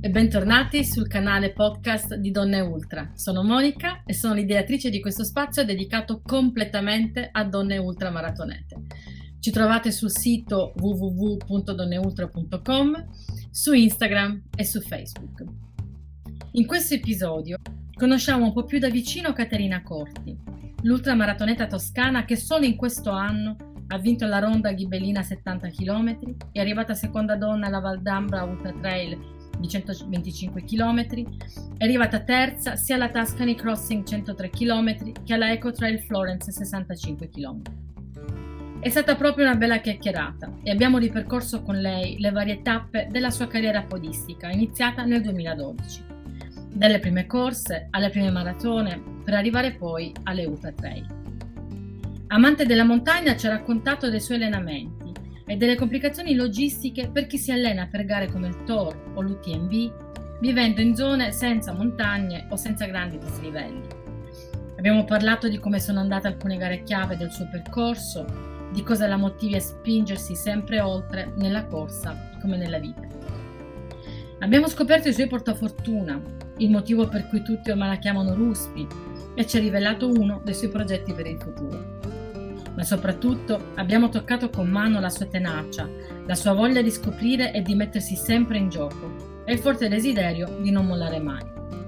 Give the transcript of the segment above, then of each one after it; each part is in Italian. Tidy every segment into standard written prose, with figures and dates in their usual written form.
e bentornati sul canale podcast di Donne Ultra. Sono Monica e sono l'ideatrice di questo spazio dedicato completamente a donne ultramaratonete. Ci trovate sul sito www.donneultra.com, su Instagram e su Facebook. In questo episodio conosciamo un po' più da vicino Caterina Corti, l'ultramaratoneta toscana che solo in questo anno ha vinto la Ronda Ghibellina 70 km, è arrivata seconda donna alla Val d'Ambra Ultra Trail di 125 km, è arrivata terza sia alla Tuscany Crossing 103 km che alla Eco Trail Florence 65 km. È stata proprio una bella chiacchierata e abbiamo ripercorso con lei le varie tappe della sua carriera podistica iniziata nel 2012, dalle prime corse alle prime maratone per arrivare poi alle Ultra Trail. Amante della montagna ci ha raccontato dei suoi allenamenti e delle complicazioni logistiche per chi si allena per gare come il Tour o l'UTMB, vivendo in zone senza montagne o senza grandi dislivelli. Abbiamo parlato di come sono andate alcune gare chiave del suo percorso, di cosa la motivi a spingersi sempre oltre nella corsa come nella vita. Abbiamo scoperto i suoi portafortuna, il motivo per cui tutti ormai la chiamano Ruspi, e ci ha rivelato uno dei suoi progetti per il futuro. Ma soprattutto abbiamo toccato con mano la sua tenacia, la sua voglia di scoprire e di mettersi sempre in gioco e il forte desiderio di non mollare mai.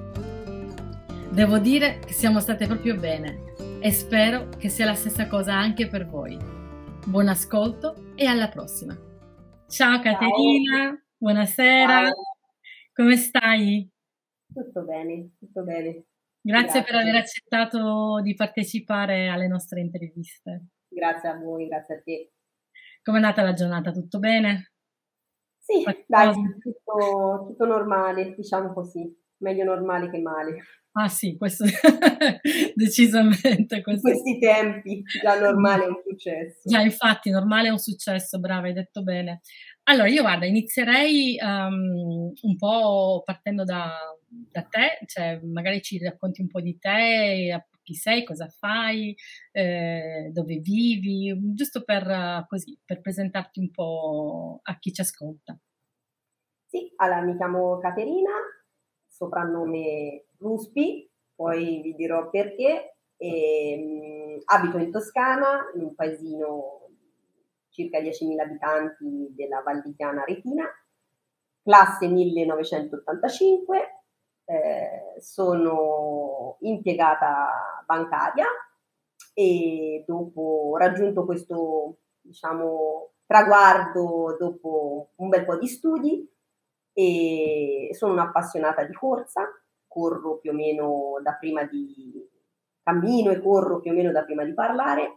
Devo dire che siamo state proprio bene e spero che sia la stessa cosa anche per voi. Buon ascolto e alla prossima. Ciao Caterina, buonasera, Ciao. come stai? Tutto bene, tutto bene. Grazie per aver accettato di partecipare alle nostre interviste. Grazie a voi, grazie a te. Com'è andata la giornata? Tutto bene? Sì, dai, tutto normale, diciamo così. Meglio normale che male. Ah sì, questo decisamente. In questi tempi già normale è un successo. Già, infatti, normale è un successo, brava, hai detto bene. Allora, io guarda, inizierei un po' partendo da te, cioè magari ci racconti un po' di te, chi sei, cosa fai, dove vivi, giusto per così, per presentarti un po' a chi ci ascolta. Sì, allora mi chiamo Caterina, soprannome Ruspi, poi vi dirò perché. Abito in Toscana, in un paesino circa 10.000 abitanti della Val di Chiana Aretina, classe 1985, sono impiegata bancaria e dopo raggiunto questo, diciamo, traguardo dopo un bel po' di studi e sono un'appassionata di corsa, corro più o meno da prima di cammino e corro più o meno da prima di parlare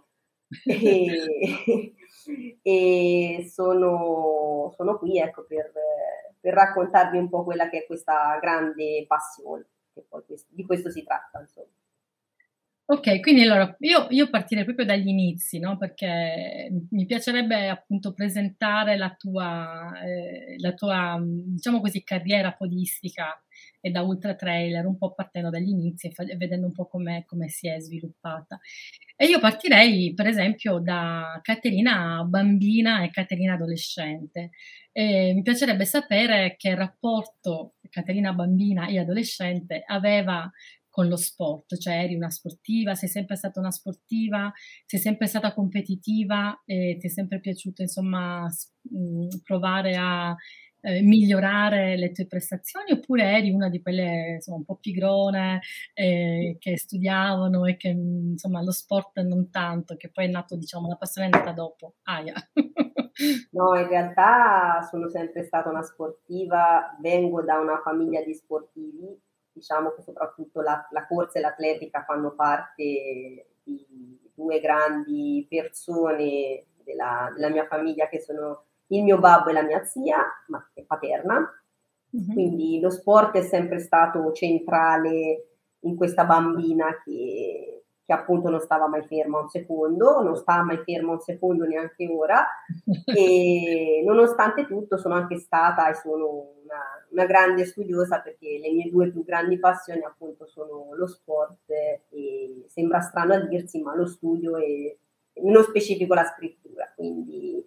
e sono qui ecco per raccontarvi un po' quella che è questa grande passione, che poi di questo si tratta, insomma. Ok, quindi allora io partirei proprio dagli inizi, no? Perché mi piacerebbe appunto presentare la tua diciamo così, carriera podistica e da ultra trailer, un po' partendo dagli inizi e vedendo un po' come si è sviluppata. E io partirei per esempio da Caterina bambina e Caterina adolescente. Mi piacerebbe sapere che rapporto Caterina bambina e adolescente aveva con lo sport, cioè eri una sportiva, sei sempre stata una sportiva, sei sempre stata competitiva e ti è sempre piaciuto insomma provare a migliorare le tue prestazioni, oppure eri una di quelle insomma un po' pigrone che studiavano e che insomma lo sport non tanto, che poi è nato, diciamo, la passione è nata dopo. Aia. No, in realtà sono sempre stata una sportiva, vengo da una famiglia di sportivi. Diciamo che soprattutto la corsa e l'atletica fanno parte di due grandi persone della mia famiglia, che sono il mio babbo e la mia zia, ma è paterna. Quindi lo sport è sempre stato centrale in questa bambina che appunto non stava mai ferma un secondo, non sta mai ferma un secondo neanche ora, e nonostante tutto sono anche stata e sono una grande studiosa, perché le mie due più grandi passioni appunto sono lo sport e, sembra strano a dirsi, ma lo studio e nello specifico la scrittura, quindi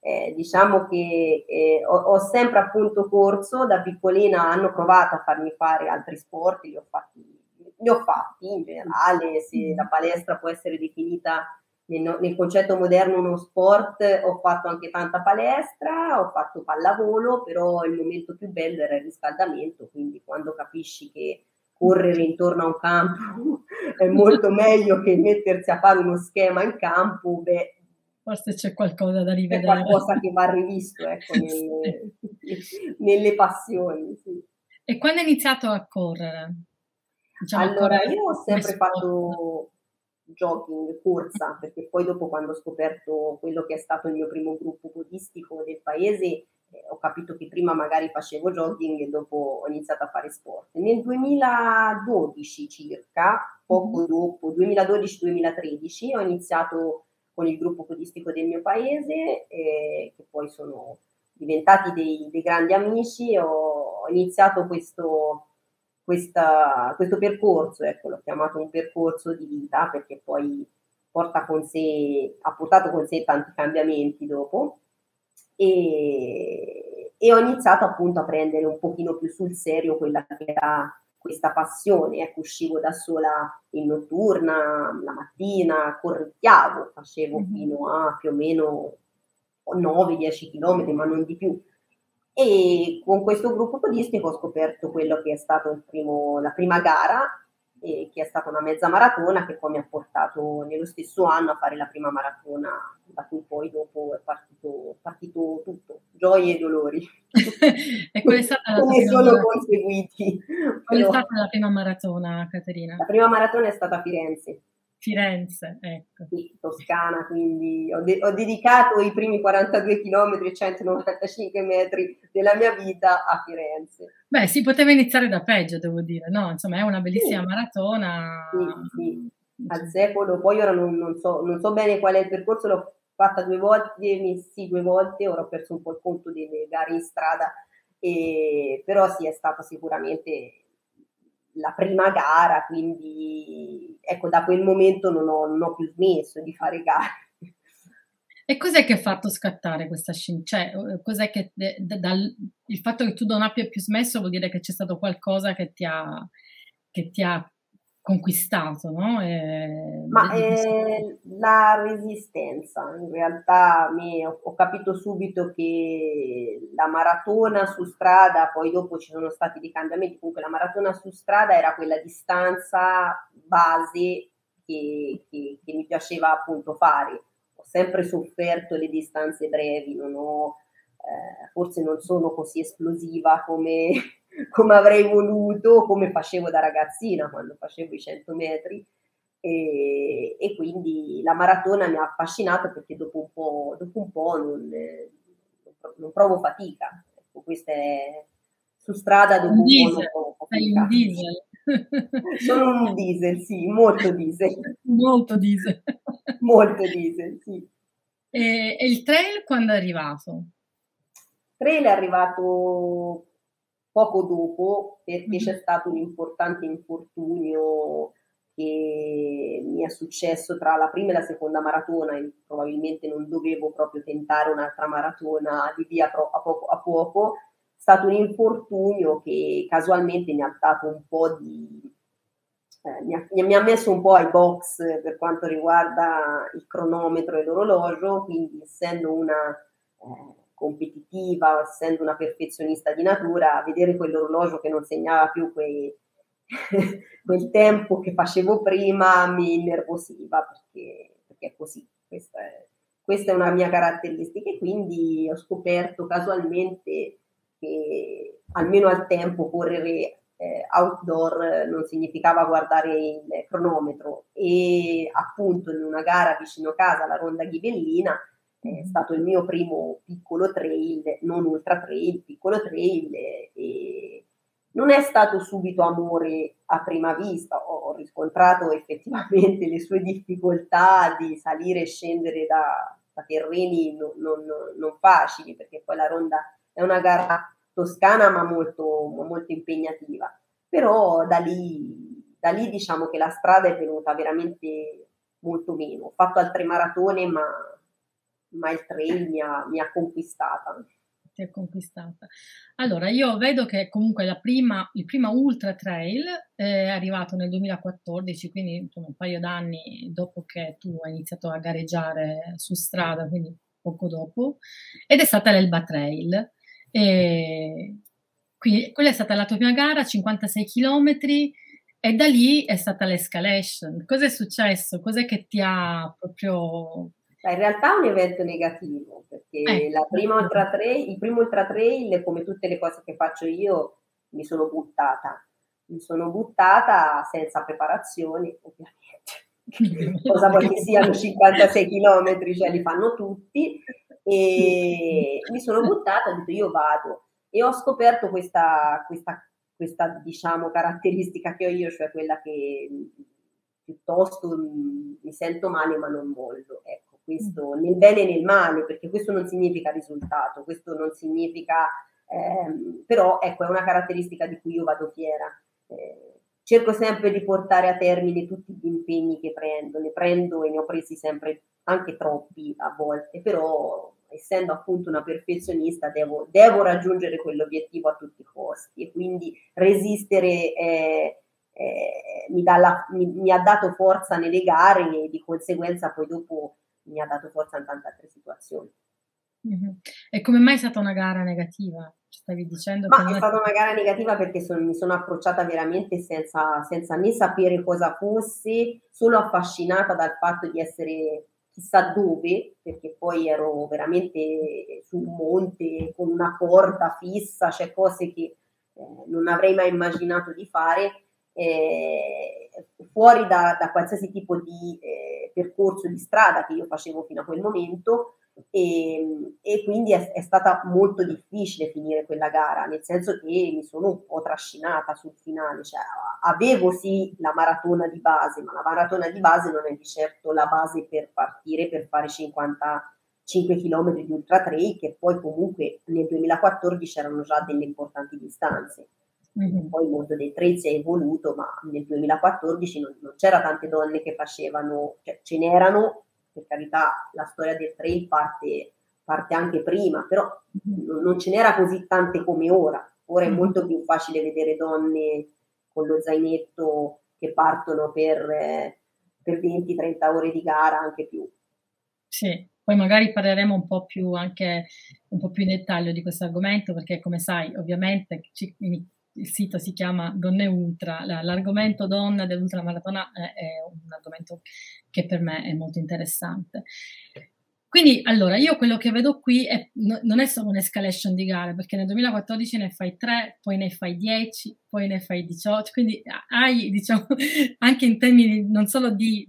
diciamo che ho sempre appunto corso, da piccolina hanno provato a farmi fare altri sport, li ho fatti in generale, se la palestra può essere definita nel concetto moderno uno sport, ho fatto anche tanta palestra, ho fatto pallavolo, però il momento più bello era il riscaldamento, quindi quando capisci che correre intorno a un campo è molto meglio che mettersi a fare uno schema in campo, beh, Forse c'è qualcosa da è rivedere. qualcosa che va rivisto, ecco, nelle passioni, sì. E quando hai iniziato a correre? Diciamo a Allora, correre io ho come sempre sport. fatto jogging, corsa, perché poi dopo quando ho scoperto quello che è stato il mio primo gruppo podistico del paese, ho capito che prima magari facevo jogging e dopo ho iniziato a fare sport. Nel 2012 circa, Mh-mh. poco dopo, 2012-2013, ho iniziato con il gruppo podistico del mio paese, che poi sono diventati dei grandi amici. Ho iniziato questo percorso, ecco, l'ho chiamato un percorso di vita perché poi ha portato con sé tanti cambiamenti dopo e ho iniziato appunto a prendere un pochino più sul serio quella che era questa passione, ecco, uscivo da sola in notturna, la mattina, corricchiavo, facevo Mh-mh. fino a più o meno 9-10 km, ma non di più. E con questo gruppo podistico ho scoperto quello che è stato la prima gara, che è stata una mezza maratona, che poi mi ha portato nello stesso anno a fare la prima maratona, da cui poi dopo è partito tutto, gioie e dolori. E qual è stata la Se tua ne prima sono mara conseguiti, qual è però stata la prima maratona, Caterina? la prima maratona è stata a Firenze. Firenze, ecco. Sì, Toscana, quindi ho dedicato i primi 42 chilometri e 195 metri della mia vita a Firenze. Beh, si poteva iniziare da peggio, devo dire, no, insomma è una bellissima Sì, maratona, sì, sì, al insomma. secolo. Poi ora non so bene qual è il percorso, l'ho fatta 2 volte, sì, 2 volte, ora ho perso un po' il conto delle gare in strada, però sì, è stata sicuramente la prima gara, quindi ecco, da quel momento non ho più smesso di fare gare. E cos'è che ha fatto scattare questa cioè, cos'è che dal il fatto che tu non abbia più smesso vuol dire che c'è stato qualcosa che ti ha conquistato, no, Ma di questo la resistenza, in realtà ho capito subito che la maratona su strada, poi dopo ci sono stati dei cambiamenti, comunque la maratona su strada era quella distanza base che mi piaceva appunto fare. Ho sempre sofferto le distanze brevi, forse non sono così esplosiva come avrei voluto, come facevo da ragazzina quando facevo i 100 metri e quindi la maratona mi ha affascinato perché dopo un po' non provo fatica. Ecco, questa è su strada un dopo un po' non diesel, provo sei un fatica. diesel. Sono un diesel, sì, molto diesel. Molto diesel. Molto diesel, sì. E il trail quando è arrivato? Trail è arrivato poco dopo perché Mh-mh. c'è stato un importante infortunio che mi è successo tra la prima e la seconda maratona e probabilmente non dovevo proprio tentare un'altra maratona di via a poco. È stato un infortunio che casualmente mi ha dato un po' mi ha messo un po' ai box per quanto riguarda il cronometro e l'orologio, quindi essendo una competitiva, essendo una perfezionista di natura, vedere quell'orologio che non segnava più quel tempo che facevo prima mi innervosiva perché è così, questa è una mia caratteristica e quindi ho scoperto casualmente che almeno al tempo correre outdoor non significava guardare il cronometro e appunto in una gara vicino casa, la Ronda Ghibellina, è Mh-mh. stato il mio primo piccolo trail, non ultra trail, piccolo trail e non è stato subito amore a prima vista, ho riscontrato effettivamente le sue difficoltà di salire e scendere da terreni non facili, perché poi la Ronda è una gara toscana ma molto impegnativa. Però da lì diciamo che la strada è venuta veramente molto meno. Ho fatto altre maratone ma il trail mi ha conquistata. Ti ha conquistata. Allora, io vedo che comunque il prima Ultra Trail è arrivato nel 2014, quindi insomma, un paio d'anni dopo che tu hai iniziato a gareggiare su strada, quindi poco dopo, ed è stata l'Elba Trail. Quindi quella è stata la tua prima gara, 56 chilometri, e da lì è stata l'escalation. Cosa è successo? Cos'è che ti ha proprio... In realtà è un evento negativo, perché il primo Ultra Trail, come tutte le cose che faccio io, mi sono buttata senza preparazione, ovviamente. Cosa vuoi che siano 56 chilometri, cioè li fanno tutti, e mi sono buttata, ho detto io vado, e ho scoperto questa diciamo caratteristica che ho io, cioè quella che piuttosto mi sento male ma non mollo, ecco. Questo nel bene e nel male, perché questo non significa risultato, questo non significa, però ecco, è una caratteristica di cui io vado fiera. Cerco sempre di portare a termine tutti gli impegni che ne prendo e ne ho presi sempre anche troppi a volte, però essendo appunto una perfezionista devo raggiungere quell'obiettivo a tutti i costi, e quindi resistere mi ha dato forza nelle gare, e di conseguenza poi dopo mi ha dato forza in tante altre situazioni. E come mai è stata una gara negativa? Stavi dicendo Ma è stata una gara negativa perché mi sono approcciata veramente senza né sapere cosa fosse, solo affascinata dal fatto di essere chissà dove, perché poi ero veramente su un monte con una corda fissa, cioè cose che non avrei mai immaginato di fare, fuori da qualsiasi tipo di percorso di strada che io facevo fino a quel momento, e quindi è stata molto difficile finire quella gara, nel senso che mi sono un po' trascinata sul finale, cioè avevo sì la maratona di base, ma la maratona di base non è di certo la base per partire, per fare 55 km di ultra trail, che poi comunque nel 2014 erano già delle importanti distanze. Poi il mondo del trail si è evoluto, ma nel 2014 non c'era tante donne che facevano, cioè ce n'erano, per carità, la storia del trail parte anche prima, però non ce n'era così tante come ora. Ora è molto più facile vedere donne con lo zainetto che partono per 20-30 ore di gara, anche più. Sì, poi magari parleremo un po' più in dettaglio di questo argomento, perché come sai, ovviamente il sito si chiama Donne Ultra, l'argomento donna dell'ultramaratona è un argomento che per me è molto interessante. Quindi, allora, io quello che vedo qui non è solo un'escalation di gare, perché nel 2014 ne fai 3, poi ne fai 10, poi ne fai 18, quindi hai, diciamo, anche in termini non solo di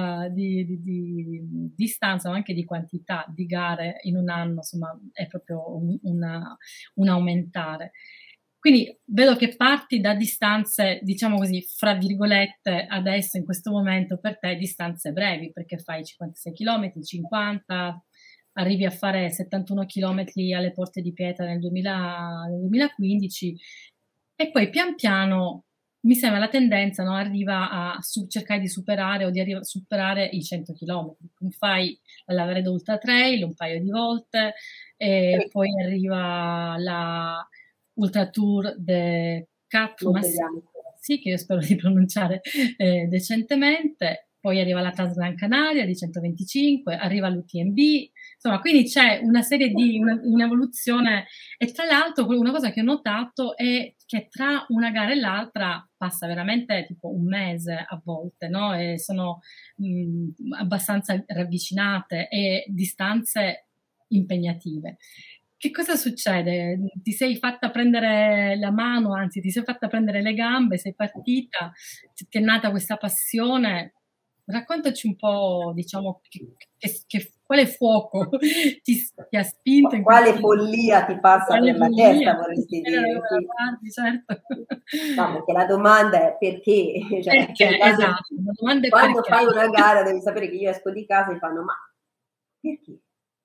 distanza, ma anche di quantità di gare in un anno, insomma, è proprio un aumentare. Quindi vedo che parti da distanze, diciamo così, fra virgolette, adesso in questo momento per te distanze brevi, perché fai 56 km, 50, arrivi a fare 71 km alle Porte di Pietra nel 2015, e poi pian piano mi sembra la tendenza, no, arriva a cercare di superare o di superare i 100 km. Fai la Lavaredo Ultra Trail un paio di volte, e poi arriva la Ultra Tour de Cap Massif, sì, che io spero di pronunciare decentemente, poi arriva la Transgran Canaria di 125, arriva l'UTMB, insomma, quindi c'è una serie di un'evoluzione, e tra l'altro una cosa che ho notato è che tra una gara e l'altra passa veramente tipo un mese a volte, no? E sono abbastanza ravvicinate e distanze impegnative. Che cosa succede? Ti sei fatta prendere la mano, anzi ti sei fatta prendere le gambe, sei partita, ti è nata questa passione. Raccontaci un po', diciamo, quale fuoco ti ha spinto? Quale follia ti passa per la testa, vorresti dire? Sì. Guardi, certo. No, perché la domanda è perché? Cioè, perché? Esatto, la domanda è quando perché. fai una gara devi sapere che io esco di casa e fanno, ma perché?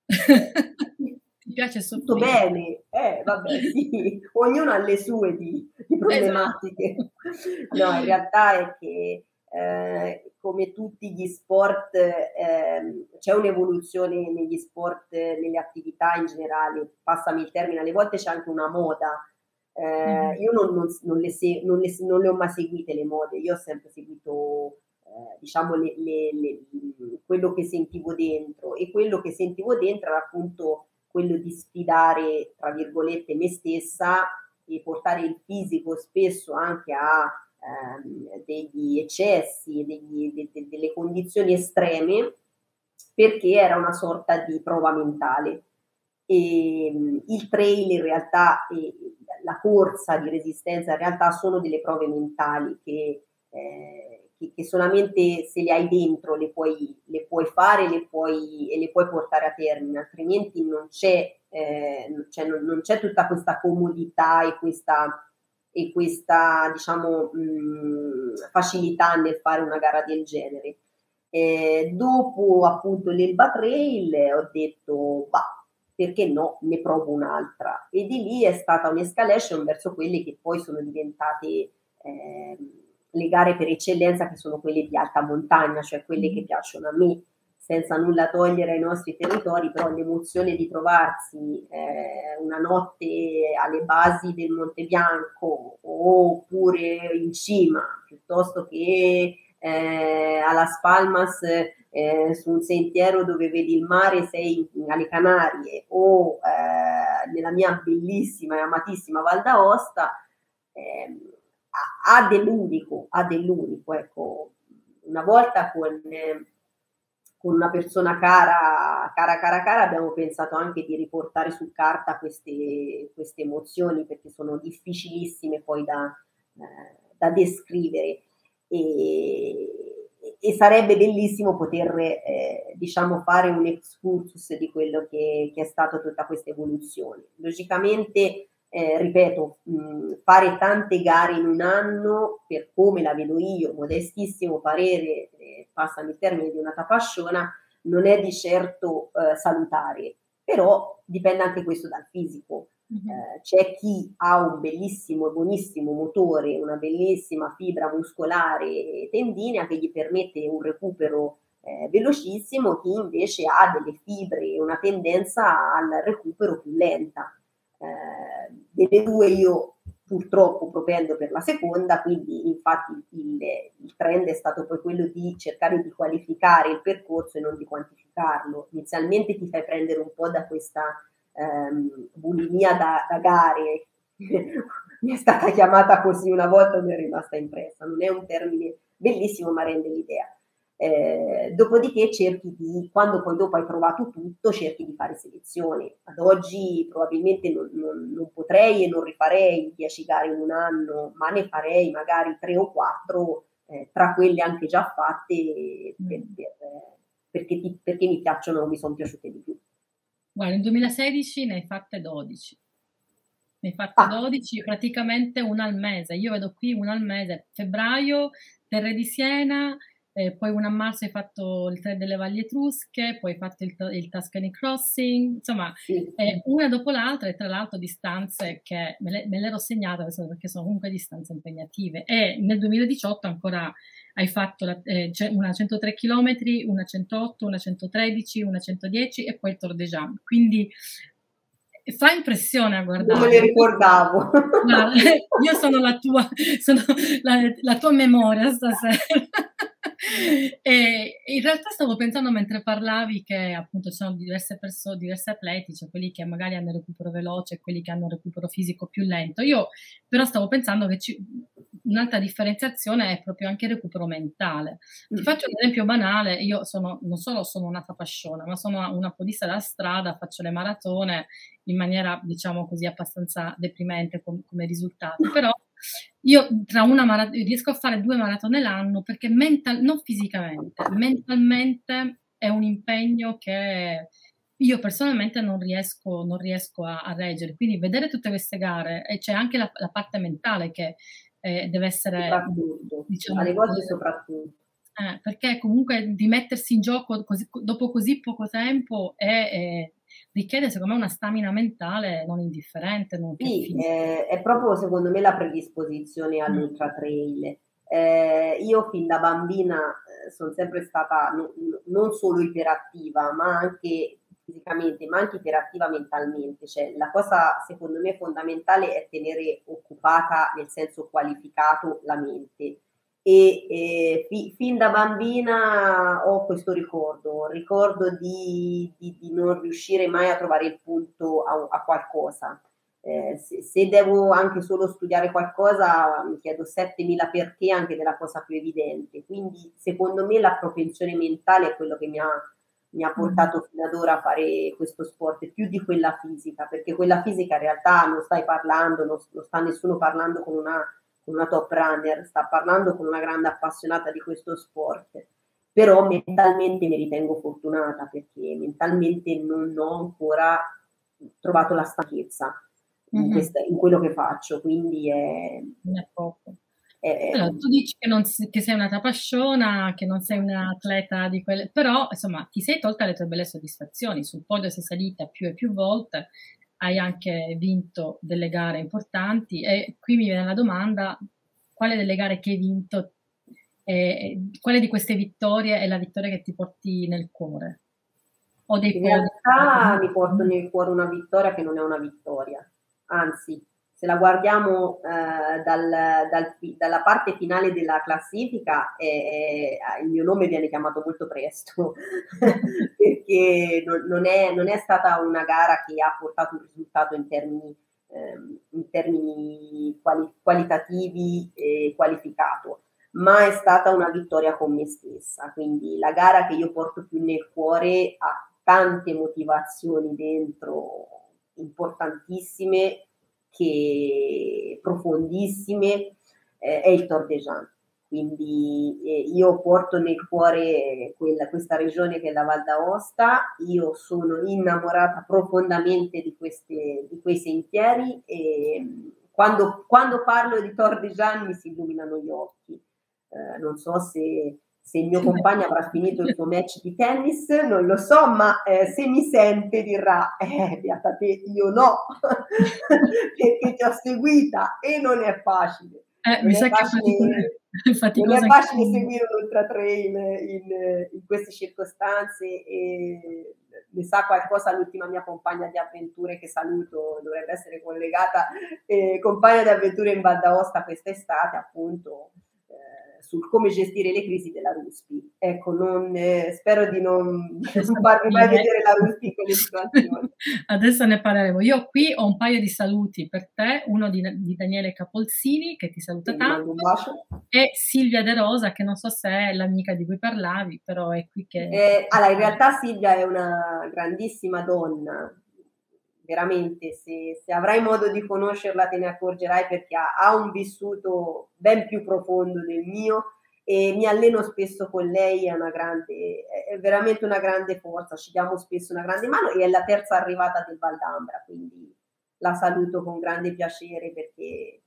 Ti piace tutto soffrire? bene, vabbè, sì, ognuno ha le sue di problematiche. No, in realtà è che come tutti gli sport, c'è un'evoluzione negli sport, nelle attività in generale, passami il termine, alle volte c'è anche una moda. Io non le ho mai seguite le mode, io ho sempre seguito diciamo quello che sentivo dentro, e quello che sentivo dentro era appunto quello di sfidare, tra virgolette, me stessa e portare il fisico spesso anche a degli eccessi, delle condizioni estreme, perché era una sorta di prova mentale. E il trail in realtà e la corsa di resistenza in realtà sono delle prove mentali che solamente se le hai dentro le puoi fare, e le puoi portare a termine, altrimenti non c'è, cioè non c'è tutta questa comodità e questa diciamo facilità nel fare una gara del genere. Dopo appunto l'Elba Trail ho detto bah, perché no, ne provo un'altra, e di lì è stata un'escalation verso quelle che poi sono diventate le gare per eccellenza, che sono quelle di alta montagna, cioè quelle che piacciono a me, senza nulla togliere ai nostri territori, però l'emozione di trovarsi una notte alle basi del Monte Bianco oppure in cima, piuttosto che a Las Palmas su un sentiero dove vedi il mare, sei alle Canarie, o nella mia bellissima e amatissima Val d'Aosta, ha dell'unico, ecco. Una volta con una persona cara abbiamo pensato anche di riportare su carta queste emozioni, perché sono difficilissime poi da descrivere, e sarebbe bellissimo poter diciamo fare un excursus di quello che è stato tutta questa evoluzione. Logicamente ripeto, fare tante gare in un anno, per come la vedo io, modestissimo parere, passami il termine, di una tapasciona, non è di certo salutare, però dipende anche questo dal fisico. C'è chi ha un bellissimo e buonissimo motore, una bellissima fibra muscolare tendinea che gli permette un recupero velocissimo, chi invece ha delle fibre e una tendenza al recupero più lenta. Delle due io purtroppo propendo per la seconda, quindi infatti il trend è stato poi quello di cercare di qualificare il percorso e non di quantificarlo. Inizialmente ti fai prendere un po' da questa bulimia da gare, mi è stata chiamata così una volta e mi è rimasta impressa, non è un termine bellissimo ma rende l'idea. Dopodiché cerchi quando poi dopo hai provato tutto, cerchi di fare selezione. Ad oggi probabilmente non potrei e non rifarei 10 gare in un anno, ma ne farei magari 3 o 4 tra quelle anche già fatte perché mi piacciono, mi sono piaciute di più. Guarda, nel 2016 ne hai fatte 12. Ne hai fatte 12, praticamente una al mese. Io vedo qui una al mese. Febbraio, Terre di Siena, poi una a marzo hai fatto il Tre delle Valli Etrusche, poi hai fatto il Tuscany Crossing, insomma, una dopo l'altra, e tra l'altro distanze che me le ero segnate perché sono comunque distanze impegnative. E nel 2018 ancora hai fatto una 103 km, una 108, una 113, una 110 e poi il Tor des Jammes. Quindi fa impressione a guardare. Non me ne ricordavo. Guarda, io sono la tua memoria stasera. E in realtà stavo pensando mentre parlavi che appunto ci sono diverse persone, diversi atleti, cioè quelli che magari hanno recupero veloce e quelli che hanno recupero fisico più lento. Io però stavo pensando che un'altra differenziazione è proprio anche il recupero mentale. Ti faccio un esempio banale: io non solo sono una tapasciona, ma sono una podista da strada, faccio le maratone in maniera, diciamo così, abbastanza deprimente come risultato, però io riesco a fare 2 maratone l'anno perché non fisicamente, mentalmente è un impegno che io personalmente non riesco a reggere. Quindi vedere tutte queste gare, e c'è anche la parte mentale che deve essere, diciamo, alle volte soprattutto. Perché comunque di mettersi in gioco dopo così poco tempo richiede secondo me una stamina mentale non indifferente. Sì, è proprio secondo me la predisposizione all'ultra trail. Io fin da bambina sono sempre stata non solo iperattiva, ma anche fisicamente, ma anche iperattiva mentalmente. Cioè, la cosa secondo me fondamentale è tenere occupata, nel senso qualificato, la mente. Fin da bambina ho questo ricordo di non riuscire mai a trovare il punto a qualcosa. Se devo anche solo studiare qualcosa mi chiedo 7000 perché anche della cosa più evidente, quindi secondo me la propensione mentale è quello che mi ha portato fino ad ora a fare questo sport, più di quella fisica, perché quella fisica in realtà non stai parlando, non sta nessuno parlando con una top runner, sta parlando con una grande appassionata di questo sport. Però mentalmente mi ritengo fortunata perché mentalmente non ho ancora trovato la stanchezza in quello che faccio, quindi non è poco. Allora, tu dici che sei una tapasciona, che non sei un'atleta di quelle, però insomma ti sei tolta le tue belle soddisfazioni, sul podio sei salita più e più volte, hai anche vinto delle gare importanti e qui mi viene la domanda, quale delle gare che hai vinto, quale di queste vittorie è la vittoria che ti porti nel cuore? O dei In podi? realtà mi porto nel cuore una vittoria che non è una vittoria, anzi, se la guardiamo dalla parte finale della classifica, il mio nome viene chiamato molto presto, perché non è stata una gara che ha portato un risultato in termini qualitativi e qualificato, ma è stata una vittoria con me stessa, quindi la gara che io porto più nel cuore ha tante motivazioni dentro importantissime, che profondissime, è il Tor des Géants. Quindi io porto nel cuore questa regione che è la Val d'Aosta, io sono innamorata profondamente di quei sentieri e quando parlo di Tor des Géants mi si illuminano gli occhi. Non so se il mio compagno avrà finito il suo match di tennis, non lo so, ma se mi sente dirà, beata te, io no, perché ti ho seguita e non è facile. Mi sa che è Non è faticosa facile seguire un ultra trail in queste circostanze e ne sa qualcosa l'ultima mia compagna di avventure che saluto, dovrebbe essere collegata, compagna di avventure in Val d'Aosta quest'estate appunto, sul come gestire le crisi della Ruspi. Ecco, spero di non farvi mai vedere la Ruspi in quelle situazioni. Adesso ne parleremo. Io qui ho un paio di saluti per te, uno di Daniele Capolzini che ti saluta tanto e Silvia De Rosa che non so se è l'amica di cui parlavi, però è qui che... Allora, in realtà Silvia è una grandissima donna, veramente, se avrai modo di conoscerla te ne accorgerai perché ha un vissuto ben più profondo del mio e mi alleno spesso con lei, è veramente una grande forza, ci diamo spesso una grande mano e è la terza arrivata del Val d'Ambra, quindi la saluto con grande piacere perché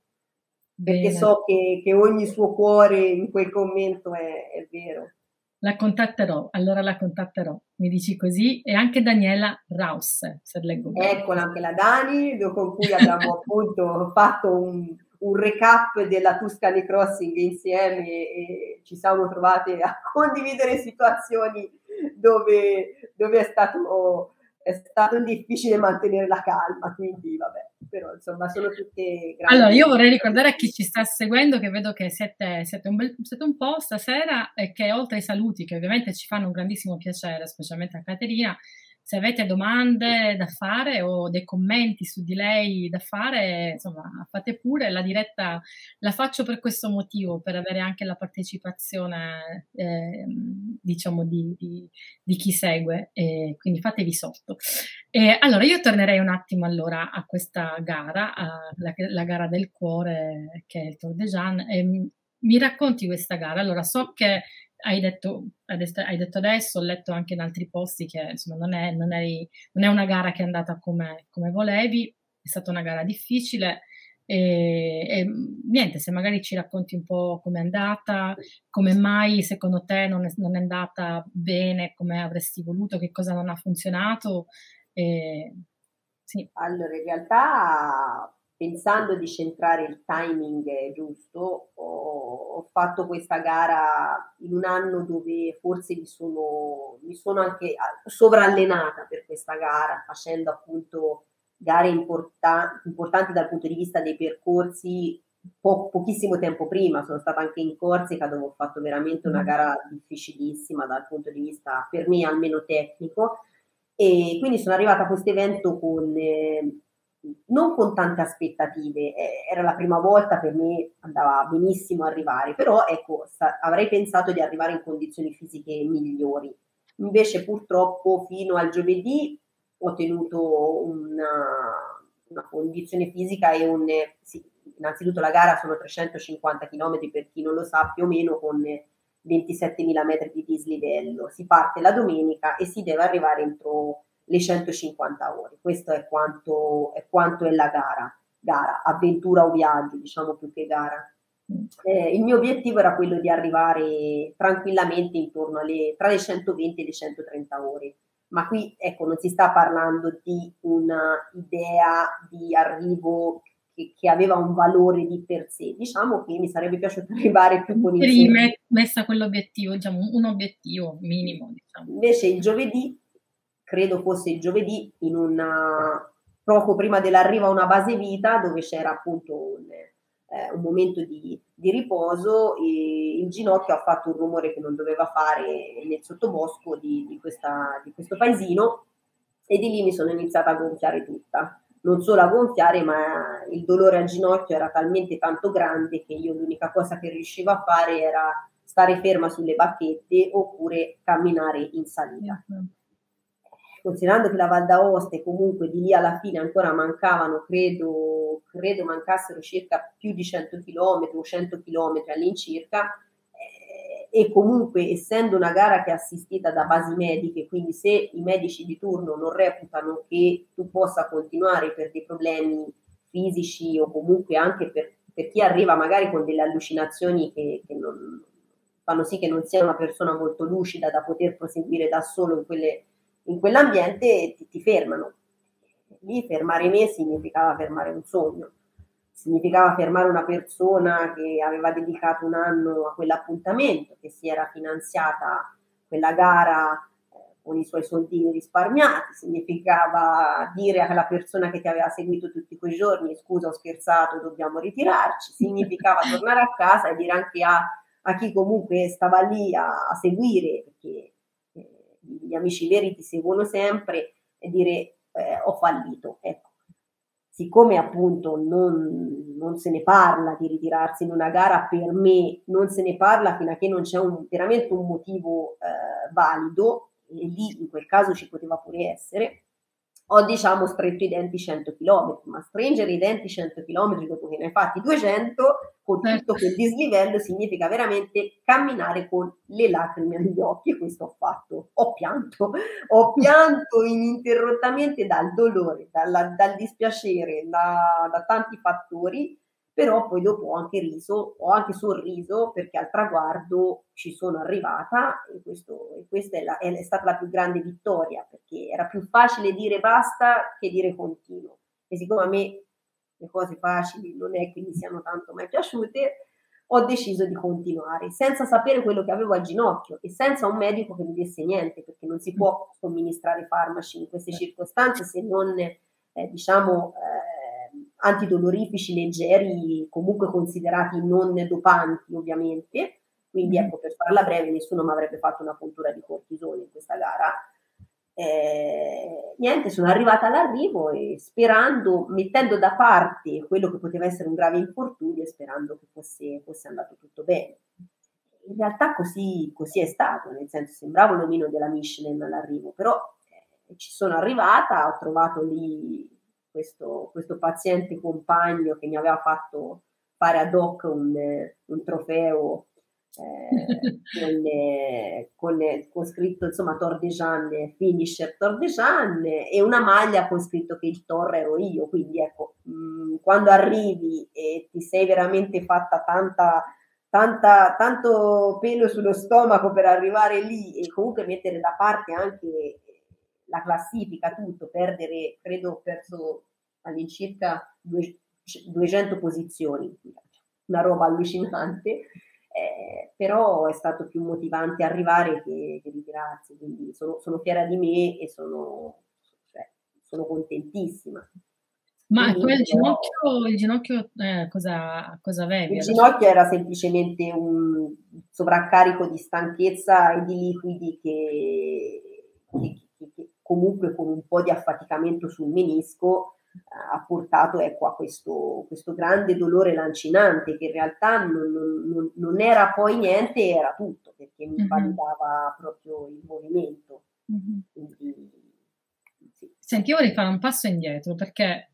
so che ogni suo cuore in quel commento è vero. Allora la contatterò, mi dici così, e anche Daniela Raus, se leggo bene. Eccola anche la Dani, con cui abbiamo appunto fatto un recap della Tuscany Crossing insieme e ci siamo trovate a condividere situazioni dove è stato difficile mantenere la calma, quindi vabbè, però insomma sono tutte grandi. Allora, io vorrei ricordare a chi ci sta seguendo che vedo che siete un po' stasera e che oltre ai saluti, che ovviamente ci fanno un grandissimo piacere, specialmente a Caterina, se avete domande da fare o dei commenti su di lei da fare, insomma, fate pure. La diretta la faccio per questo motivo, per avere anche la partecipazione, diciamo, di chi segue, quindi fatevi sotto. Allora, io tornerei un attimo allora a questa gara, la gara del cuore, che è il Tor des Géants. Mi racconti questa gara? Allora, so che hai detto adesso, ho letto anche in altri posti che insomma non è una gara che è andata come volevi, è stata una gara difficile e niente, se magari ci racconti un po' com'è andata, come mai secondo te non è andata bene come avresti voluto, che cosa non ha funzionato. Sì. Allora, in realtà pensando di centrare il timing giusto, ho fatto questa gara in un anno dove forse mi sono anche sovrallenata per questa gara, facendo appunto gare importanti dal punto di vista dei percorsi pochissimo tempo prima. Sono stata anche in Corsica, dove ho fatto veramente una gara difficilissima dal punto di vista, per me almeno tecnico, e quindi sono arrivata a questo evento non con tante aspettative. Era la prima volta, per me andava benissimo arrivare, però ecco, avrei pensato di arrivare in condizioni fisiche migliori. Invece purtroppo fino al giovedì ho tenuto una condizione fisica sì, innanzitutto la gara sono 350 km, per chi non lo sa, più o meno, con 27.000 metri di dislivello. Si parte la domenica e si deve arrivare entro le 150 ore. Questo è quanto è la gara, avventura o viaggio, diciamo, più che gara. Il mio obiettivo era quello di arrivare tranquillamente intorno tra le 120 e le 130 ore. Ma qui, ecco, non si sta parlando di una idea di arrivo che aveva un valore di per sé. Diciamo che mi sarebbe piaciuto arrivare più con il messa quell'obiettivo, diciamo, un obiettivo minimo, diciamo. Invece il giovedì, credo fosse il giovedì, poco prima dell'arrivo a una base vita, dove c'era appunto un momento di riposo, e il ginocchio ha fatto un rumore che non doveva fare nel sottobosco di questo paesino, e di lì mi sono iniziata a gonfiare tutta. Non solo a gonfiare, ma il dolore al ginocchio era talmente tanto grande che io l'unica cosa che riuscivo a fare era stare ferma sulle bacchette oppure camminare in salita. Considerando che la Val d'Aosta, comunque di lì alla fine ancora mancavano, credo mancassero circa più di 100 km o 100 km all'incirca, e comunque essendo una gara che è assistita da basi mediche, quindi se i medici di turno non reputano che tu possa continuare per dei problemi fisici, o comunque anche per chi arriva magari con delle allucinazioni che non fanno sì che non sia una persona molto lucida da poter proseguire da solo in quell'ambiente, ti fermano. Lì fermare me significava fermare un sogno, significava fermare una persona che aveva dedicato un anno a quell'appuntamento, che si era finanziata quella gara con i suoi soldini risparmiati, significava dire alla persona che ti aveva seguito tutti quei giorni: scusa, ho scherzato, dobbiamo ritirarci, significava tornare a casa e dire anche a chi comunque stava lì a seguire, perché gli amici veri ti seguono sempre, e dire ho fallito. Ecco, siccome appunto non se ne parla di ritirarsi in una gara, per me non se ne parla fino a che non c'è veramente un motivo valido, e lì in quel caso ci poteva pure essere. Ho, diciamo, stretto i denti 100 km, ma stringere i denti 100 km dopo che ne hai fatti 200 con tutto quel dislivello significa veramente camminare con le lacrime agli occhi, e questo ho fatto. Ho pianto ininterrottamente dal dolore, dal dispiacere, da tanti fattori, però poi dopo ho anche sorriso, perché al traguardo ci sono arrivata, e questa è stata la più grande vittoria, perché era più facile dire basta che dire continuo, e siccome a me le cose facili non è che mi siano tanto mai piaciute, ho deciso di continuare, senza sapere quello che avevo al ginocchio e senza un medico che mi desse niente, perché non si può somministrare farmaci in queste circostanze, se non antidolorifici leggeri, comunque considerati non dopanti ovviamente. Quindi ecco, per farla breve, nessuno mi avrebbe fatto una puntura di cortisone in questa gara. Niente, sono arrivata all'arrivo e mettendo da parte quello che poteva essere un grave infortunio, e sperando che fosse andato tutto bene. In realtà così è stato, nel senso, sembravo l'omino della Michelin all'arrivo, però ci sono arrivata, ho trovato lì questo paziente compagno che mi aveva fatto fare ad hoc un trofeo con scritto, insomma, Tor de Jeanne, finisher Tor de Jeanne, e una maglia con scritto che il Tor ero io. Quindi ecco, quando arrivi e ti sei veramente fatta tanto pelo sullo stomaco per arrivare lì, e comunque mettere da parte anche la classifica, tutto, credo ho perso all'incirca 200 posizioni, una roba allucinante, però è stato più motivante arrivare che ritirarsi, quindi sono fiera di me e sono contentissima. Ma Quindi, il ginocchio cosa avevi il alla ginocchio era semplicemente un sovraccarico di stanchezza e di liquidi che comunque con un po' di affaticamento sul menisco ha portato, ecco, a questo grande dolore lancinante, che in realtà non era poi niente, era tutto, perché mi invalidava proprio il movimento. Quindi, sì. Senti, io vorrei fare un passo indietro, perché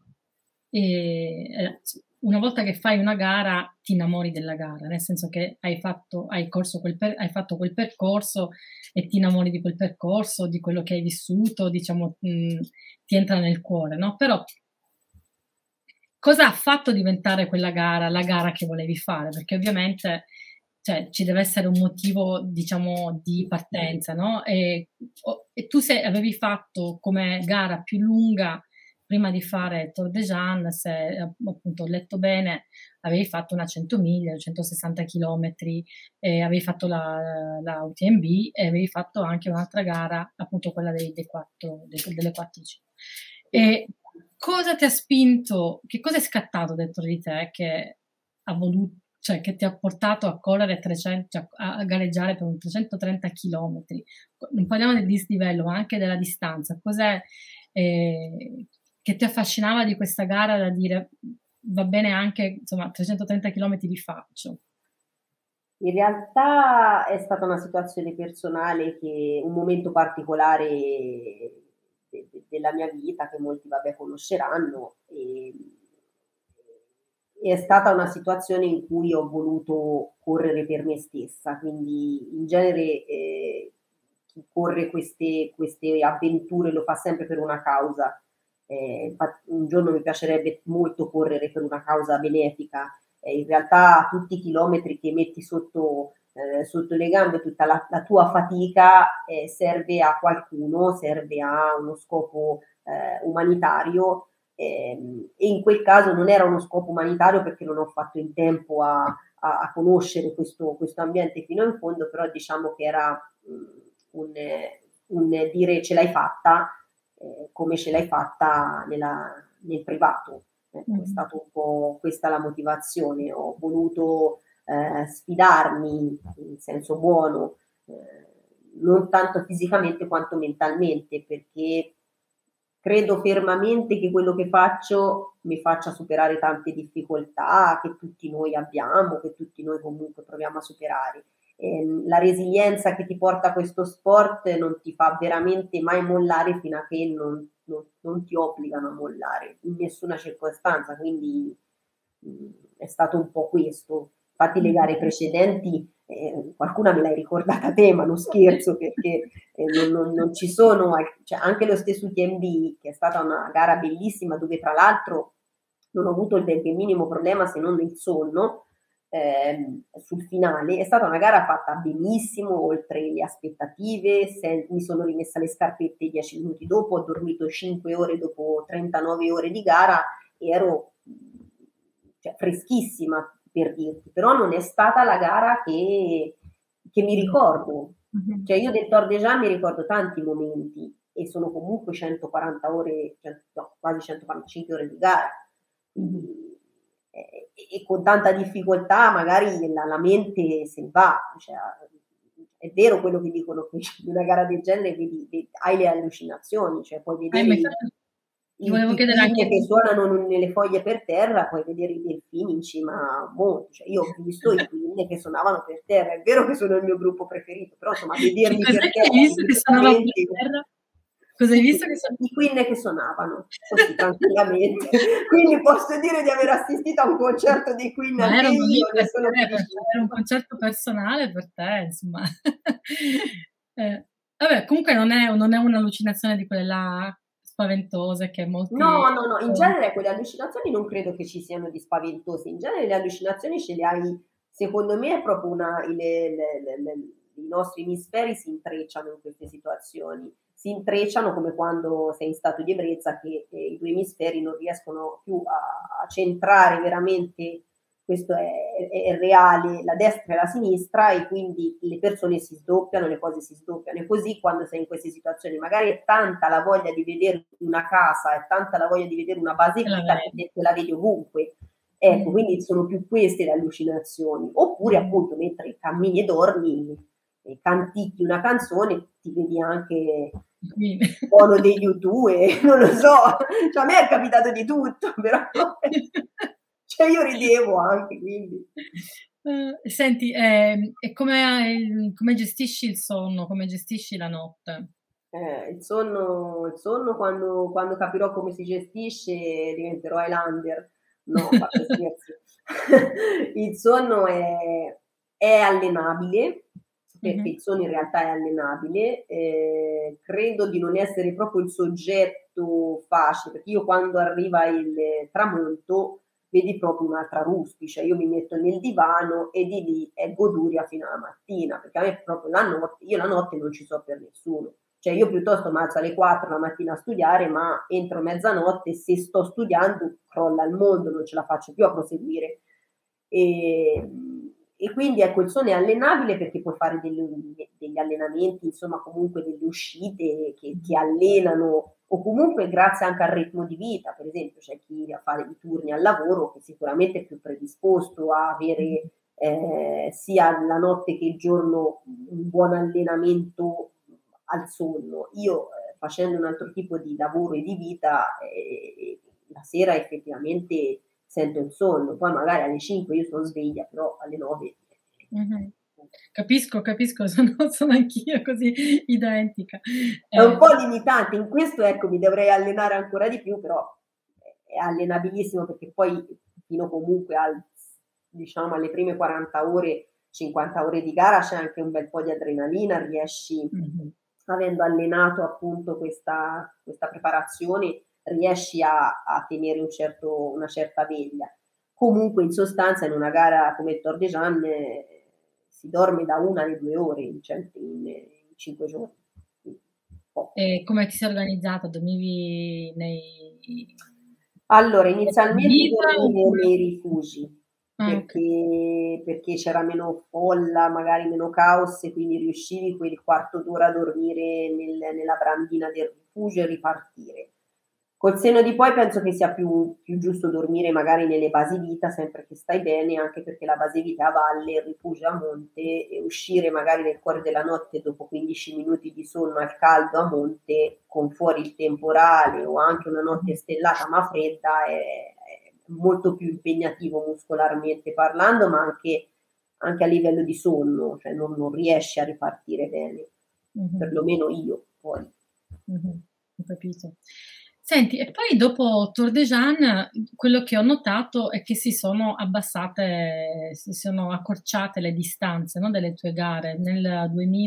una volta che fai una gara ti innamori della gara, nel senso che hai fatto quel percorso e ti innamori di quel percorso, di quello che hai vissuto, diciamo, ti entra nel cuore, no? Però cosa ha fatto diventare quella gara la gara che volevi fare? Perché ovviamente, cioè, ci deve essere un motivo, diciamo, di partenza, no? E tu avevi fatto come gara più lunga prima di fare Tor de Jeanne, se appunto ho letto bene, avevi fatto una 100 miglia, 160 chilometri, avevi fatto la UTMB e avevi fatto anche un'altra gara, appunto quella delle 4C. E cosa ti ha spinto, che cosa è scattato dentro di te che ha voluto, cioè che ti ha portato a correre 300, cioè a gareggiare per un 330 chilometri? Non parliamo del dislivello, ma anche della distanza. Cos'è che ti affascinava di questa gara da dire va bene anche, insomma, 330 chilometri li faccio? In realtà è stata una situazione personale, un momento particolare della mia vita, che molti, vabbè, conosceranno, e è stata una situazione in cui ho voluto correre per me stessa, quindi in genere chi corre queste avventure lo fa sempre per una causa. Un giorno mi piacerebbe molto correre per una causa benefica. In realtà tutti i chilometri che metti sotto le gambe, tutta la tua fatica serve a qualcuno, serve a uno scopo umanitario, e in quel caso non era uno scopo umanitario, perché non ho fatto in tempo a conoscere questo ambiente fino in fondo, però diciamo che era un dire ce l'hai fatta, come ce l'hai fatta nel privato. È stata un po' questa la motivazione. Ho voluto sfidarmi in senso buono, non tanto fisicamente quanto mentalmente, perché credo fermamente che quello che faccio mi faccia superare tante difficoltà che tutti noi abbiamo, che tutti noi comunque proviamo a superare. La resilienza che ti porta questo sport non ti fa veramente mai mollare fino a che non ti obbligano a mollare in nessuna circostanza, quindi è stato un po' questo. Infatti le gare precedenti, qualcuna me l'hai ricordata te, ma non scherzo, perché non ci sono, cioè anche lo stesso UTMB, che è stata una gara bellissima, dove tra l'altro non ho avuto il benché minimo problema, se non il sonno, sul finale. È stata una gara fatta benissimo, oltre le aspettative. Mi sono rimessa le scarpette 10 minuti dopo, ho dormito 5 ore dopo 39 ore di gara, e ero freschissima, per dirti, però non è stata la gara che mi ricordo. Cioè io del Tor de Jeanne mi ricordo tanti momenti, e sono comunque 140 ore, quasi 145 ore di gara, e con tanta difficoltà magari la mente se ne va. Cioè, è vero quello che dicono, che in una gara del genere hai le allucinazioni, cioè puoi vedere i pinne che suonano nelle foglie per terra, puoi vedere i delfini in cima a un monte. Cioè, io ho visto i pinne che suonavano per terra. È vero che sono il mio gruppo preferito, però insomma vederli per terra. Cosa hai visto? I pinne che suonavano così tranquillamente. Quindi posso dire di aver assistito a un concerto dei Queen anche io. Era un concerto personale per te, insomma. Vabbè, comunque non è un'allucinazione di quelle là spaventose che molti... No, in genere quelle allucinazioni non credo che ci siano di spaventose. In genere le allucinazioni ce le hai, secondo me è proprio i nostri emisferi si intrecciano in queste situazioni. si intrecciano, come quando sei in stato di ebbrezza, che i due emisferi non riescono più a centrare veramente, questo è reale, la destra e la sinistra, e quindi le persone si sdoppiano, le cose si sdoppiano. E così quando sei in queste situazioni, magari è tanta la voglia di vedere una casa, è tanta la voglia di vedere una base vita, che la vedi ovunque. Ecco, quindi sono più queste le allucinazioni. Oppure appunto mentre cammini e dormi e canticchi una canzone, ti vedi anche il suono degli U2, non lo so, cioè, a me è capitato di tutto, però cioè io ridevo anche, quindi. Senti, e come gestisci il sonno, come gestisci la notte? Il sonno quando capirò come si gestisce diventerò Highlander. No, faccio scherzi. Il sonno è allenabile, perché il sonno in realtà è allenabile. Credo di non essere proprio il soggetto facile, perché io quando arriva il tramonto vedi proprio un'altra ruspice. Io mi metto nel divano e di lì è goduria fino alla mattina, perché a me proprio io la notte non ci so per nessuno. Cioè io piuttosto mi alzo alle 4 la mattina a studiare, ma entro mezzanotte, se sto studiando, crolla il mondo, non ce la faccio più a proseguire. E quindi ecco, il sonno è allenabile, perché puoi fare degli allenamenti, insomma comunque delle uscite che allenano, o comunque grazie anche al ritmo di vita. Per esempio c'è chi a fare i turni al lavoro, che sicuramente è più predisposto a avere sia la notte che il giorno un buon allenamento al sonno. Io facendo un altro tipo di lavoro e di vita, la sera effettivamente sento il sonno, poi magari alle 5 io sono sveglia, però alle 9. Capisco, sono anch'io così identica. È un po' limitante, in questo ecco mi dovrei allenare ancora di più, però è allenabilissimo, perché poi fino comunque diciamo alle prime 40 ore, 50 ore di gara c'è anche un bel po' di adrenalina, riesci, avendo allenato appunto questa preparazione, riesci a tenere una certa veglia. Comunque in sostanza in una gara come il Tor de Jeanne si dorme da 1 alle 2 ore in 5 giorni. E come ti sei organizzata? Dormivi Allora, inizialmente dormivo nei rifugi, perché c'era meno folla, magari meno caos, e quindi riuscivi quel quarto d'ora a dormire nella brandina del rifugio e ripartire. Col senno di poi penso che sia più giusto dormire magari nelle basi vita, sempre che stai bene, anche perché la base vita è a valle, il rifugio è a monte, e uscire magari nel cuore della notte dopo 15 minuti di sonno al caldo a monte, con fuori il temporale o anche una notte stellata ma fredda, è molto più impegnativo muscolarmente parlando, ma anche a livello di sonno, cioè non riesci a ripartire bene, perlomeno io poi. Ho capito. Senti, e poi dopo Tor de Jeanne, quello che ho notato è che si sono accorciate le distanze, no, delle tue gare. Nel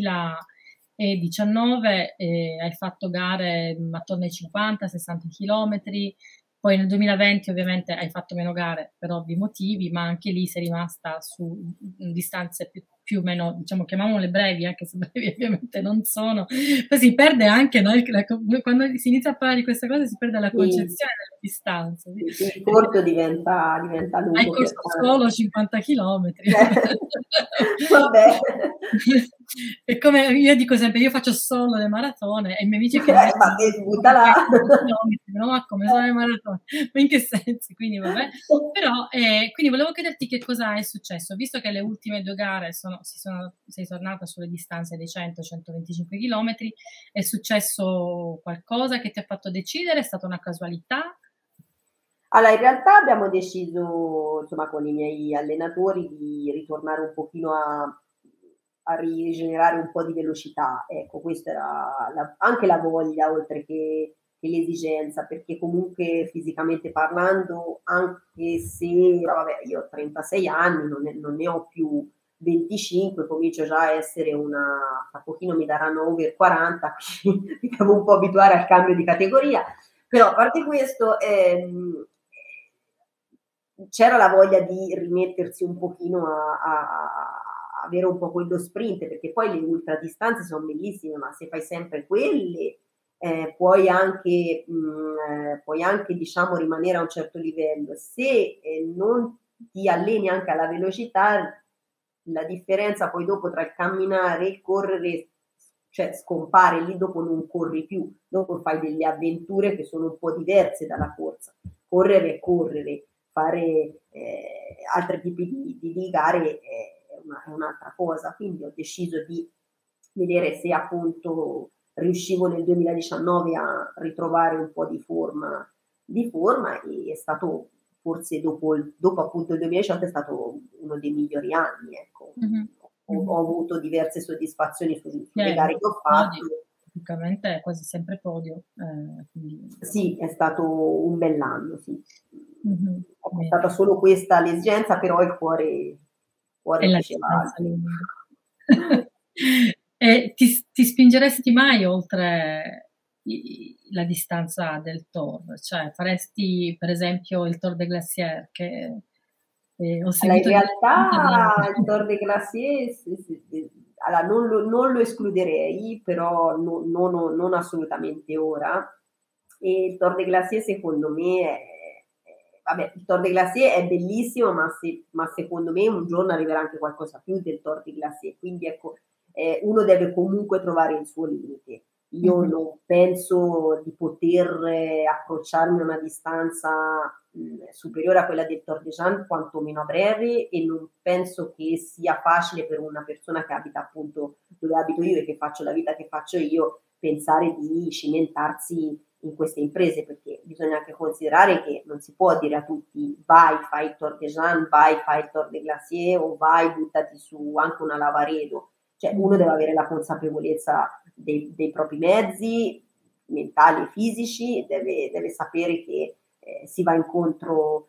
2019 hai fatto gare attorno ai 50-60 chilometri, poi nel 2020 ovviamente hai fatto meno gare per ovvi motivi, ma anche lì sei rimasta su distanze più o meno, diciamo, chiamiamole brevi, anche se brevi ovviamente non sono. Poi si perde anche, no, quando si inizia a parlare di queste cose si perde la concezione della distanza. Sì, il corto diventa lungo. Hai corso solo 50 chilometri. Vabbè. E come io dico sempre, io faccio solo le maratone, e i miei amici che ma buttala. No, ma come sono le maratone? Ma in che senso? Quindi vabbè. Però, quindi volevo chiederti che cosa è successo, visto che le ultime 2 gare sei tornata sulle distanze dei 100-125 chilometri, è successo qualcosa che ti ha fatto decidere? È stata una casualità? Allora, in realtà abbiamo deciso, insomma, con i miei allenatori di ritornare un pochino a rigenerare un po' di velocità. Ecco, questa era anche la voglia, oltre che l'esigenza, perché comunque fisicamente parlando, anche se vabbè, io ho 36 anni, non ne ho più 25, comincio già a essere tra pochino mi daranno over 40, quindi mi devo un po' abituare al cambio di categoria. Però a parte questo, c'era la voglia di rimettersi un pochino a avere un po' quello sprint, perché poi le ultradistanze sono bellissime, ma se fai sempre quelle puoi anche diciamo rimanere a un certo livello. Se non ti alleni anche alla velocità, la differenza poi dopo tra il camminare e il correre, cioè scompare, lì dopo non corri più, dopo fai delle avventure che sono un po' diverse dalla corsa. Correre è correre, fare altri tipi di gare è un'altra cosa, quindi ho deciso di vedere se appunto riuscivo nel 2019 a ritrovare un po' di forma e è stato forse dopo appunto il 2018 è stato uno dei migliori anni, ecco. Mm-hmm. Ho avuto diverse soddisfazioni sulle gare che ho fatto. Praticamente è quasi sempre podio. Quindi... Sì, è stato un bell'anno, sì. Mm-hmm. È stata solo questa l'esigenza, però il cuore diceva. E ti spingeresti mai oltre la distanza del Tour? Cioè faresti per esempio il Tour de Glacier che ho seguito in realtà il Tour de Glacier allora, non lo escluderei, però non assolutamente ora. E il Tour de Glacier secondo me vabbè, il Tour de Glacier è bellissimo, ma secondo me un giorno arriverà anche qualcosa più del Tour de Glacier, quindi ecco, uno deve comunque trovare il suo limite. Io non penso di poter approcciarmi a una distanza superiore a quella del Tor des Géants, quantomeno a breve, e non penso che sia facile per una persona che abita appunto dove abito io e che faccio la vita che faccio io, pensare di cimentarsi in queste imprese, perché bisogna anche considerare che non si può dire a tutti vai, fai il Tor des Géants, vai, fai il Tor de Glacier o vai, buttati su anche una Lavaredo. Cioè uno deve avere la consapevolezza dei propri mezzi mentali e fisici, deve sapere che si va incontro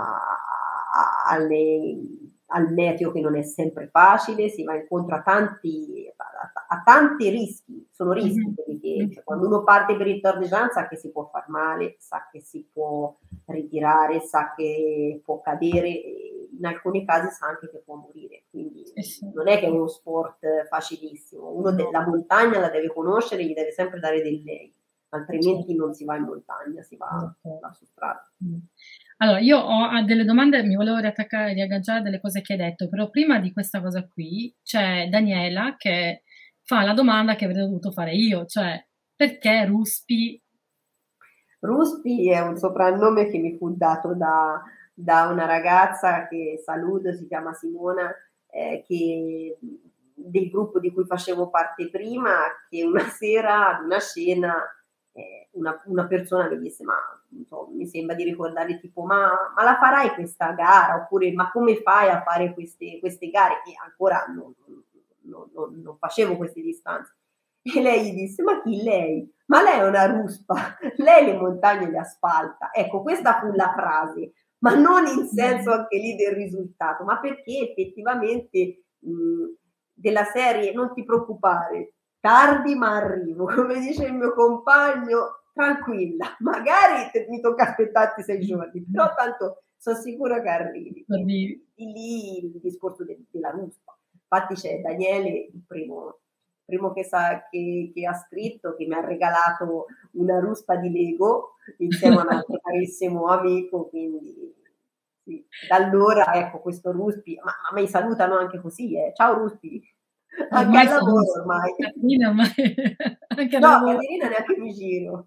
al meteo che non è sempre facile, si va incontro a tanti rischi, sono rischi, perché cioè, quando uno parte per il Tour de France sa che si può far male, sa che si può ritirare, sa che può cadere, in alcuni casi sa anche che può morire, quindi non è che è uno sport facilissimo, uno la montagna la deve conoscere, gli deve sempre dare del lei, altrimenti non si va in montagna, si va su strada. Allora, io ho delle domande, mi volevo riagganciare delle cose che hai detto, però prima di questa cosa qui c'è Daniela che fa la domanda che avrei dovuto fare io, cioè perché Ruspi? Ruspi è un soprannome che mi fu dato da una ragazza che saluto, si chiama Simona, che del gruppo di cui facevo parte prima, che una sera ad una cena una persona mi disse, ma mi sembra di ricordare tipo, ma la farai questa gara? Oppure, ma come fai a fare queste gare? E ancora non facevo queste distanze. E lei gli disse, ma chi lei? Ma lei è una ruspa, lei le montagne le asfalta. Ecco, questa fu la frase, ma non in senso anche lì del risultato, ma perché effettivamente della serie non ti preoccupare, tardi ma arrivo, come dice il mio compagno, tranquilla, magari mi tocca aspettarti 6 giorni, però tanto sono sicura che arrivi. Quindi, di lì il discorso della ruspa. Infatti c'è Daniele, il primo che ha scritto, che mi ha regalato una ruspa di Lego insieme a un altro carissimo amico, quindi sì. Da allora ecco questo Ruspi, ma mi salutano anche così, ciao Ruspi, anche al lavoro ormai. Caterina, anche no, Caterina neanche mi giro,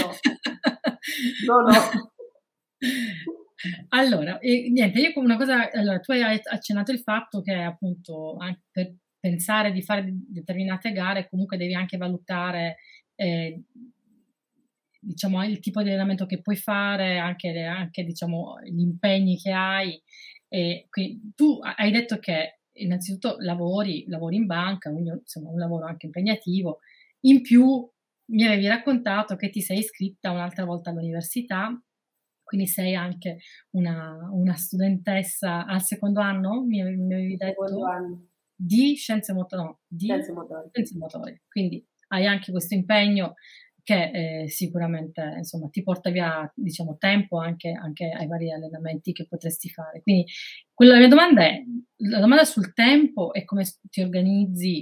no. Allora, niente, io come una cosa, allora tu hai accennato il fatto che appunto anche per pensare di fare determinate gare comunque devi anche valutare diciamo il tipo di allenamento che puoi fare, anche diciamo gli impegni che hai, e quindi tu hai detto che innanzitutto lavori in banca, quindi insomma un lavoro anche impegnativo, in più mi avevi raccontato che ti sei iscritta un'altra volta all'università, quindi sei anche una studentessa al secondo anno, mi avevi detto? Secondo anno. Di scienze motorie, no, scienze motorie. Quindi hai anche questo impegno che sicuramente insomma ti porta via diciamo tempo anche ai vari allenamenti che potresti fare. Quindi la mia domanda è, la domanda sul tempo e come ti organizzi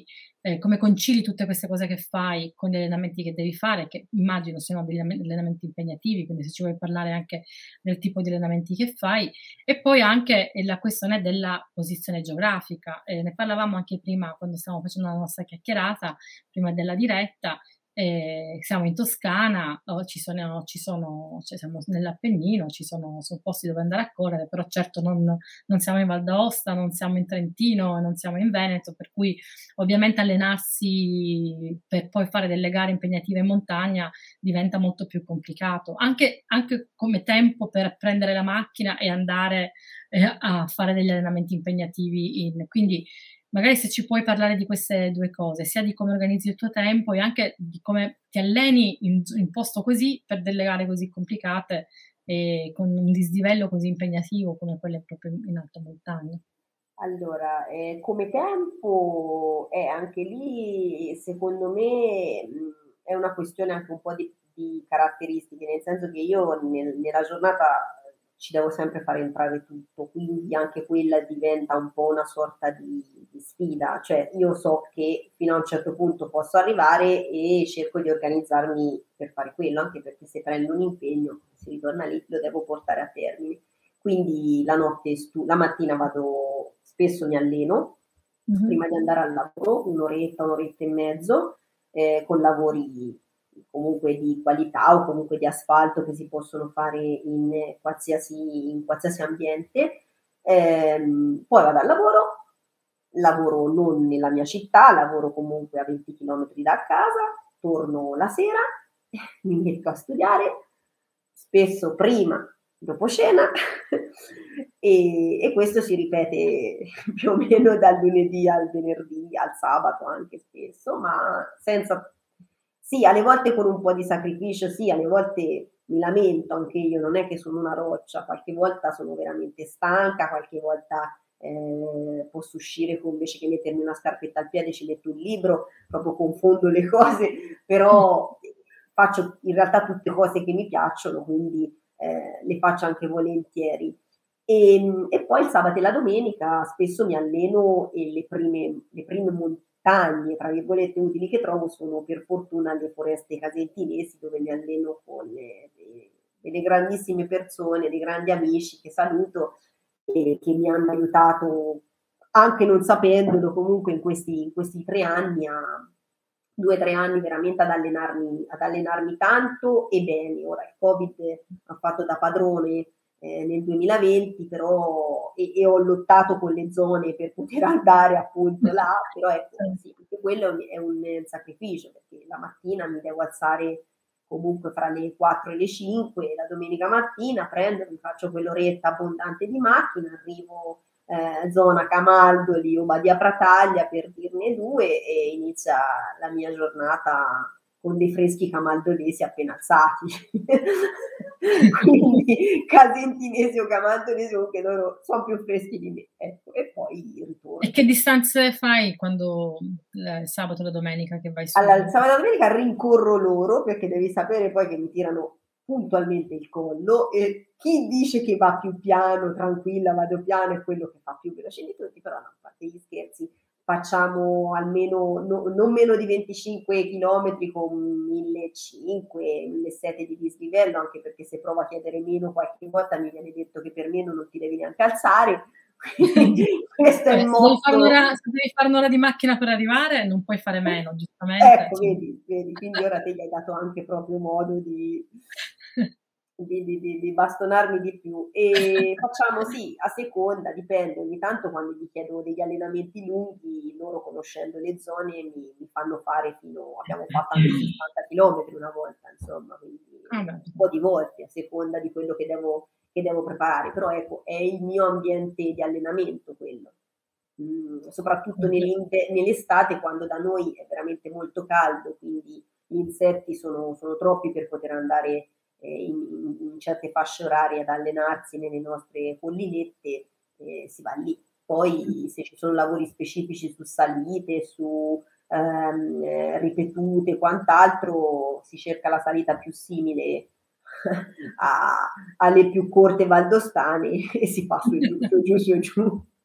come concili tutte queste cose che fai con gli allenamenti che devi fare, che immagino siano degli allenamenti impegnativi, quindi se ci vuoi parlare anche del tipo di allenamenti che fai. E poi anche la questione della posizione geografica. Ne parlavamo anche prima quando stavamo facendo la nostra chiacchierata, prima della diretta. Siamo in Toscana, cioè siamo nell'Appennino, sono posti dove andare a correre, però certo non siamo in Val d'Aosta, non siamo in Trentino, non siamo in Veneto, per cui ovviamente allenarsi per poi fare delle gare impegnative in montagna diventa molto più complicato, anche come tempo per prendere la macchina e andare a fare degli allenamenti impegnativi. Quindi magari se ci puoi parlare di queste due cose, sia di come organizzi il tuo tempo e anche di come ti alleni in posto così per delle gare così complicate e con un dislivello così impegnativo come quelle proprio in alta montagna. Allora, come tempo, anche lì secondo me è una questione anche un po' di caratteristiche, nel senso che io nella giornata ci devo sempre fare entrare tutto, quindi anche quella diventa un po' una sorta di sfida, cioè io so che fino a un certo punto posso arrivare e cerco di organizzarmi per fare quello, anche perché se prendo un impegno, si ritorna lì, lo devo portare a termine. Quindi la mattina spesso mi alleno, prima di andare al lavoro, un'oretta e mezzo, con lavori comunque di qualità o comunque di asfalto che si possono fare in qualsiasi ambiente. Poi vado al lavoro non nella mia città, lavoro comunque a 20 km da casa, torno la sera, mi metto a studiare, spesso prima, dopo cena, e questo si ripete più o meno dal lunedì al venerdì, al sabato anche spesso, ma senza... Sì, alle volte con un po' di sacrificio, sì, alle volte mi lamento anche io, non è che sono una roccia, qualche volta sono veramente stanca, qualche volta posso uscire invece che mettermi una scarpetta al piede ci metto un libro, proprio confondo le cose, però faccio in realtà tutte cose che mi piacciono, quindi le faccio anche volentieri. E poi il sabato e la domenica spesso mi alleno e le prime montagne, tra virgolette, utili che trovo sono per fortuna le foreste casentinesi, dove mi alleno con delle grandissime persone, dei grandi amici che saluto e che mi hanno aiutato, anche non sapendolo, comunque in questi 3 anni, 2 o 3 anni veramente ad allenarmi tanto e bene. Ora il Covid ha fatto da padrone nel 2020, però e ho lottato con le zone per poter andare appunto là, però ecco, sì, anche quello è un sacrificio, perché la mattina mi devo alzare comunque fra le 4 e le 5, la domenica mattina prendo, mi faccio quell'oretta abbondante di macchina, arrivo zona Camaldoli o Badia Prataglia, per dirne due, e inizia la mia giornata con dei freschi camaldolesi appena alzati. Quindi casentinesi o camaldolesi, comunque loro sono più freschi di me, ecco, e poi ritorno. E che distanze fai quando il sabato e la domenica che vai su? Allora, il sabato e la domenica rincorro loro, perché devi sapere poi che mi tirano puntualmente il collo, e chi dice che va più piano, tranquilla, vado piano, è quello che fa più veloce di tutti, però no, a parte gli scherzi, facciamo almeno non meno di 25 km con 1.500-1.700 di dislivello, anche perché se provo a chiedere meno qualche volta mi viene detto che per meno non ti devi neanche alzare. Questo è il motto. Se devi fare un'ora di macchina per arrivare, non puoi fare meno, giustamente. Ecco, vedi, quindi ora te gli hai dato anche proprio modo di bastonarmi di più. E facciamo, sì, a seconda, dipende, ogni tanto quando gli chiedo degli allenamenti lunghi, loro conoscendo le zone mi fanno fare abbiamo fatto anche 60 km una volta, insomma, quindi un po' di volte, a seconda di quello che devo preparare, però ecco, è il mio ambiente di allenamento quello. Soprattutto nell'estate, quando da noi è veramente molto caldo, quindi gli insetti sono troppi per poter andare in certe fasce orarie ad allenarsi nelle nostre collinette, si va lì. Poi se ci sono lavori specifici su salite, su ripetute e quant'altro, si cerca la salita più simile alle più corte valdostane e si fa su e giù.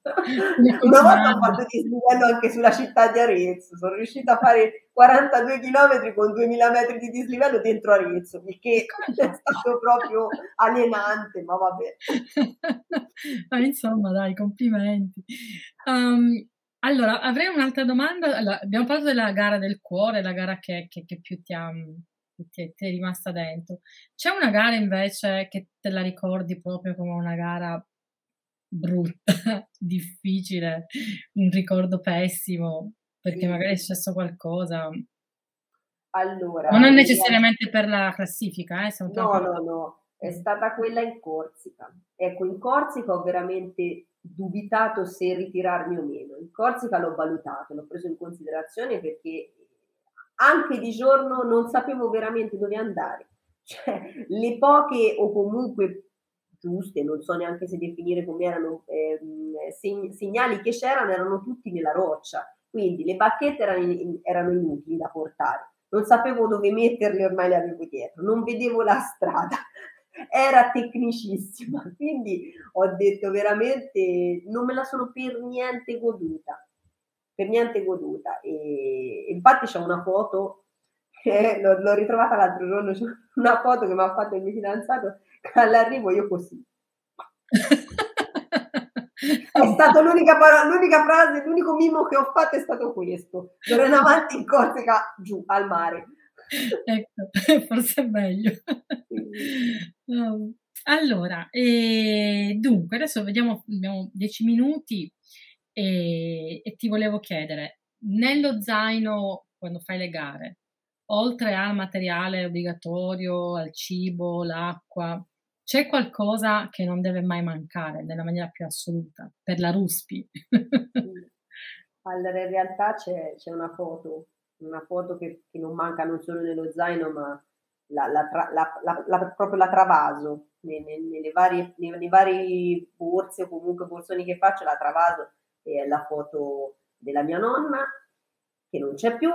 Una volta ho fatto dislivello anche sulla città di Arezzo, sono riuscita a fare 42 km con 2000 metri di dislivello dentro Arezzo, perché è stato proprio alienante, ma vabbè. Ma insomma dai, complimenti. Allora avrei un'altra domanda. Allora, abbiamo parlato della gara del cuore, la gara che più ti è rimasta dentro. C'è una gara invece che te la ricordi proprio come una gara brutta, difficile, un ricordo pessimo, perché magari è successo qualcosa? Allora, Non è necessariamente per la classifica, stiamo no, parlando. no, è stata quella in Corsica. Ecco, in Corsica ho veramente dubitato se ritirarmi o meno. In Corsica l'ho valutato, l'ho preso in considerazione perché anche di giorno non sapevo veramente dove andare. Cioè, le poche o comunque giuste, non so neanche se definire come erano, segnali che c'erano erano tutti nella roccia, quindi le bacchette erano inutili da portare. Non sapevo dove metterle, ormai le avevo dietro, non vedevo la strada, era tecnicissima, quindi ho detto veramente non me la sono per niente goduta, per niente goduta. E infatti c'è una foto, l'ho ritrovata l'altro giorno, c'è una foto che mi ha fatto il mio fidanzato, all'arrivo io così. È stata l'unica frase, l'unico mimo che ho fatto è stato questo. D'ora in avanti in Corsica giù al mare. Ecco, forse è meglio. Allora, dunque, adesso vediamo, abbiamo 10 minuti e ti volevo chiedere, nello zaino, quando fai le gare, oltre al materiale obbligatorio, al cibo, l'acqua, c'è qualcosa che non deve mai mancare nella maniera più assoluta per la Ruspi? Allora, in realtà c'è una foto che non manca non solo nello zaino, ma proprio la travaso nei vari borse o comunque borsoni che faccio, la travaso è la foto della mia nonna che non c'è più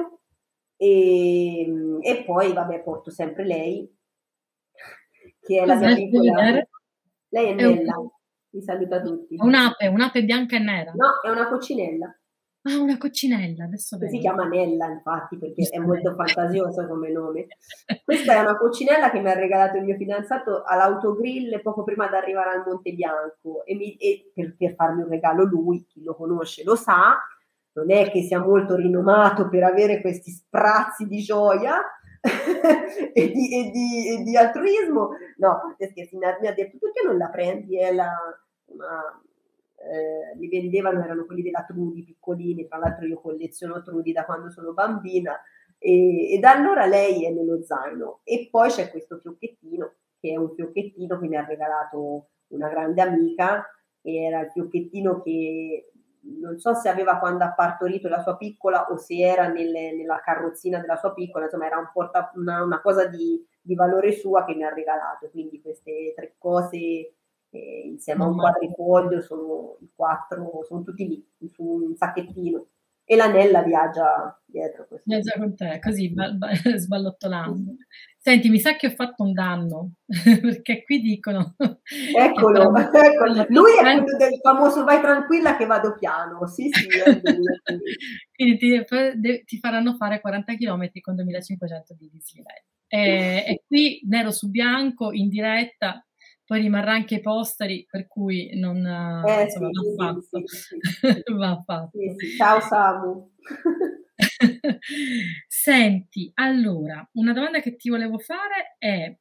e poi vabbè porto sempre lei che è la mia piccola, lei è Nella, mi saluta tutti. Un'ape bianca e nera? No, è una coccinella. Ah, una coccinella, adesso Che si vedo. chiama Nella, infatti, perché è molto fantasioso come nome. Questa è una coccinella che mi ha regalato il mio fidanzato all'autogrill poco prima di arrivare al Monte Bianco e per farmi un regalo lui, chi lo conosce lo sa, non è che sia molto rinomato per avere questi sprazzi di gioia e di altruismo. No, scherzi, mi ha detto perché non la prendi? È li vendevano, erano quelli della Trudi piccolini, tra l'altro io colleziono Trudi da quando sono bambina e da allora lei è nello zaino. E poi c'è questo fiocchettino che è un fiocchettino che mi ha regalato una grande amica, era il fiocchettino che non so se aveva quando ha partorito la sua piccola o se era nella carrozzina della sua piccola, insomma era una cosa di valore sua che mi ha regalato, quindi queste 3 cose insieme a un quadrifoglio sono i 4, sono tutti lì su un sacchettino e l'anella viaggia dietro così. Viaggia con te, così sballottolando. Senti, mi sa che ho fatto un danno, perché qui dicono eccolo, lui è quello del famoso vai tranquilla che vado piano, sì, è lui. Quindi ti faranno fare 40 km con 2500 di dislivello. E qui nero su bianco in diretta, poi rimarrà anche i posteri, per cui non insomma, va fatto. Sì. Ciao Samu. Senti, allora, una domanda che ti volevo fare è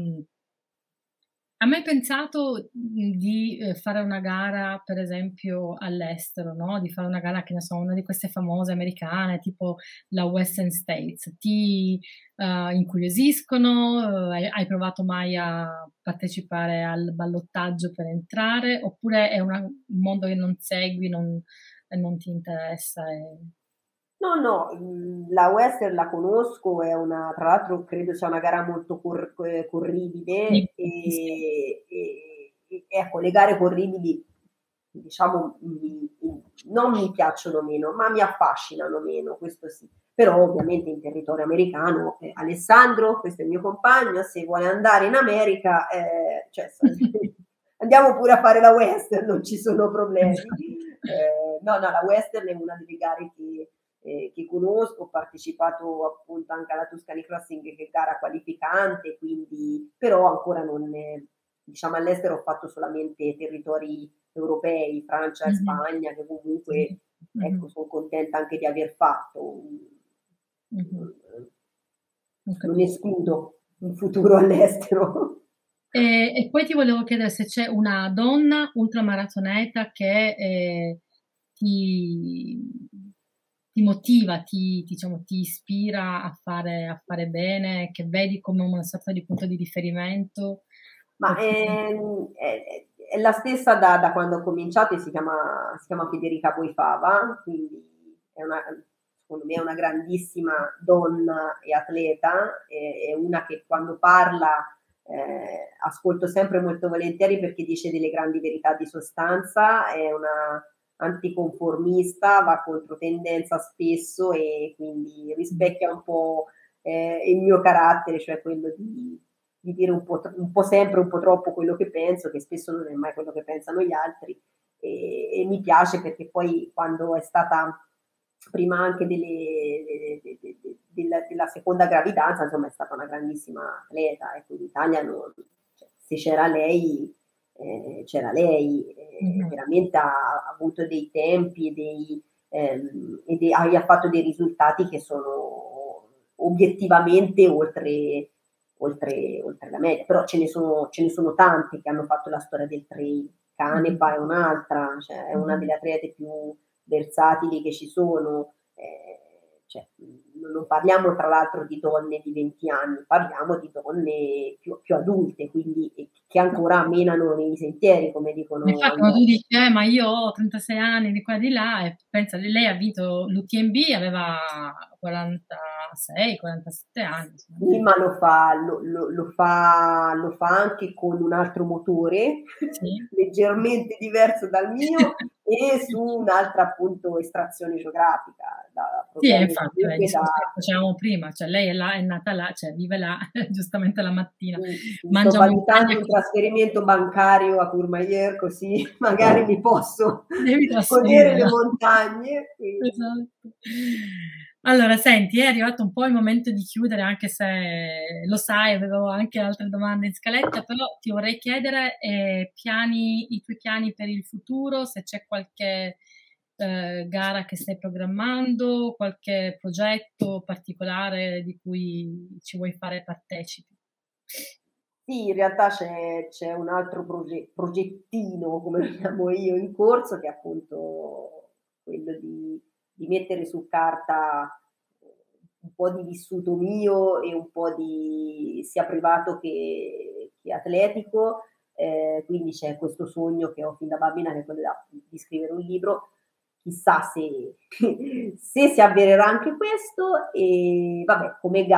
hai mai pensato di fare una gara, per esempio, all'estero, no? Di fare una gara, che ne so, una di queste famose americane, tipo la Western States? Ti incuriosiscono? Hai provato mai a partecipare al ballottaggio per entrare? Oppure è un mondo che non segui e non ti interessa? No, la Western la conosco, è tra l'altro credo sia una gara molto corribile e ecco, le gare corribili diciamo non mi piacciono meno, ma mi affascinano meno, questo sì. Però ovviamente in territorio americano, Alessandro, questo è il mio compagno, se vuole andare in America, cioè, andiamo pure a fare la Western, non ci sono problemi. No, la Western è una delle gare che conosco, ho partecipato appunto anche alla Tuscany Crossing, che è gara qualificante, quindi però ancora non, diciamo all'estero ho fatto solamente territori europei, Francia e Mhm. Spagna, che Sì. comunque ecco, Mhm. sono contenta anche di aver fatto. Mhm. Ho Non capito. escludo un futuro all'estero. E poi ti volevo chiedere se c'è una donna ultramaratoneta che ti, ti motiva, diciamo, ti ispira a fare bene, che vedi come una sorta di punto di riferimento. Ma Oppure... è la stessa da quando ho cominciato, e si chiama Federica Boifava, quindi secondo me è una grandissima donna e atleta, è una che quando parla ascolto sempre molto volentieri perché dice delle grandi verità di sostanza, è una anticonformista, va contro tendenza spesso e quindi rispecchia un po' il mio carattere, cioè quello di dire un po' sempre, un po' troppo quello che penso, che spesso non è mai quello che pensano gli altri, e mi piace perché poi quando è stata prima anche della seconda gravidanza, insomma è stata una grandissima atleta, ecco, in Italia cioè, se c'era lei, Mhm. veramente ha avuto dei tempi ha fatto dei risultati che sono obiettivamente oltre la media, però ce ne sono tanti che hanno fatto la storia del trail. Mhm. Canepa è un'altra, cioè è una Mhm. delle atlete più versatili che ci sono. Cioè, non parliamo tra l'altro di donne di 20 anni, parliamo di donne più adulte, quindi che ancora menano nei sentieri, come dicono Infatti, agli quando tu altri. dici, ma io ho 36 anni di qua e di là, e pensa, lei ha vinto l'UTMB, aveva 46, 47 anni. Insomma. Sì, ma lo fa anche con un altro motore, Sì. leggermente diverso dal mio, e su un'altra appunto estrazione geografica, Sì, e proviene infatti, il comunque da. discorso che facevamo prima, cioè lei è là, è nata là, cioè vive là, giustamente la mattina, Sì, sto mangia montagna valutando un e trasferimento bancario a Courmayeur, così magari mi posso devi godere trasferire le là. montagne. Esatto. Allora, senti, è arrivato un po' il momento di chiudere, anche se lo sai, avevo anche altre domande in scaletta, però ti vorrei chiedere i tuoi piani per il futuro, se c'è qualche gara che stai programmando, qualche progetto particolare di cui ci vuoi fare partecipi. Sì, in realtà c'è un altro progettino, come lo chiamo io, in corso, che è appunto quello di mettere su carta un po' di vissuto mio e un po' di sia privato che atletico. Quindi c'è questo sogno che ho fin da bambina, che è quello di scrivere un libro. Chissà se si avvererà anche questo, e vabbè,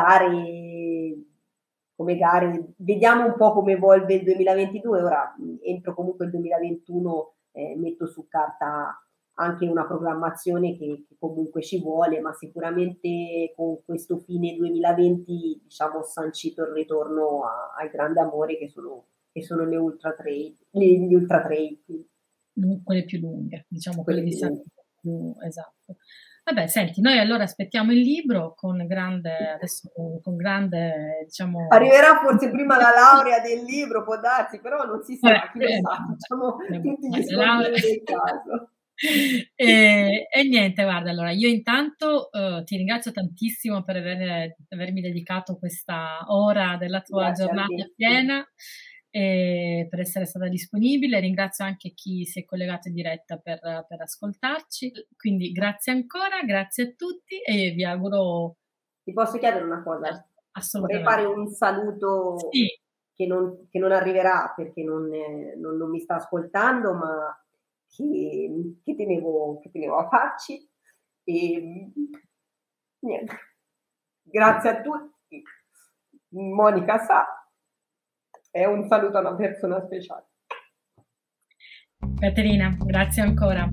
come gare, vediamo un po' come evolve il 2022. Ora entro comunque il 2021, metto su carta anche una programmazione che comunque ci vuole, ma sicuramente con questo fine 2020, diciamo, ho sancito il ritorno al grande amore che sono le ultra trail, gli ultra trail, Quelle più lunghe, diciamo quelle quelle di più distanze lunghe. più esatto. Vabbè, senti, noi allora aspettiamo il libro con grande, adesso con grande, diciamo, Arriverà forse prima la laurea del libro, può darsi, però non si vabbè, sa, chi lo sa, facciamo tutti gli dai, la laurea. scongiuri del caso. E niente, guarda, allora io intanto ti ringrazio tantissimo per avermi dedicato questa ora della tua Grazie a giornata te. piena e per essere stata disponibile. Ringrazio anche chi si è collegato in diretta per ascoltarci. Quindi grazie ancora, grazie a tutti e vi auguro Ti posso chiedere una cosa? Vorrei assolutamente. fare un saluto Sì, che non arriverà perché non mi sta ascoltando, ma che tenevo a farci. E niente, grazie a tutti. Monica sa, è un saluto a una persona speciale. Caterina, grazie ancora.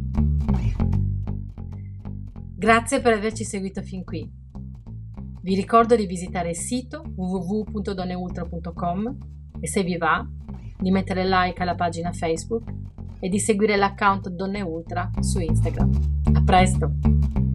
Grazie per averci seguito fin qui. Vi ricordo di visitare il sito www.donneultra.com e se vi va di mettere like alla pagina Facebook e di seguire l'account Donne Ultra su Instagram. A presto!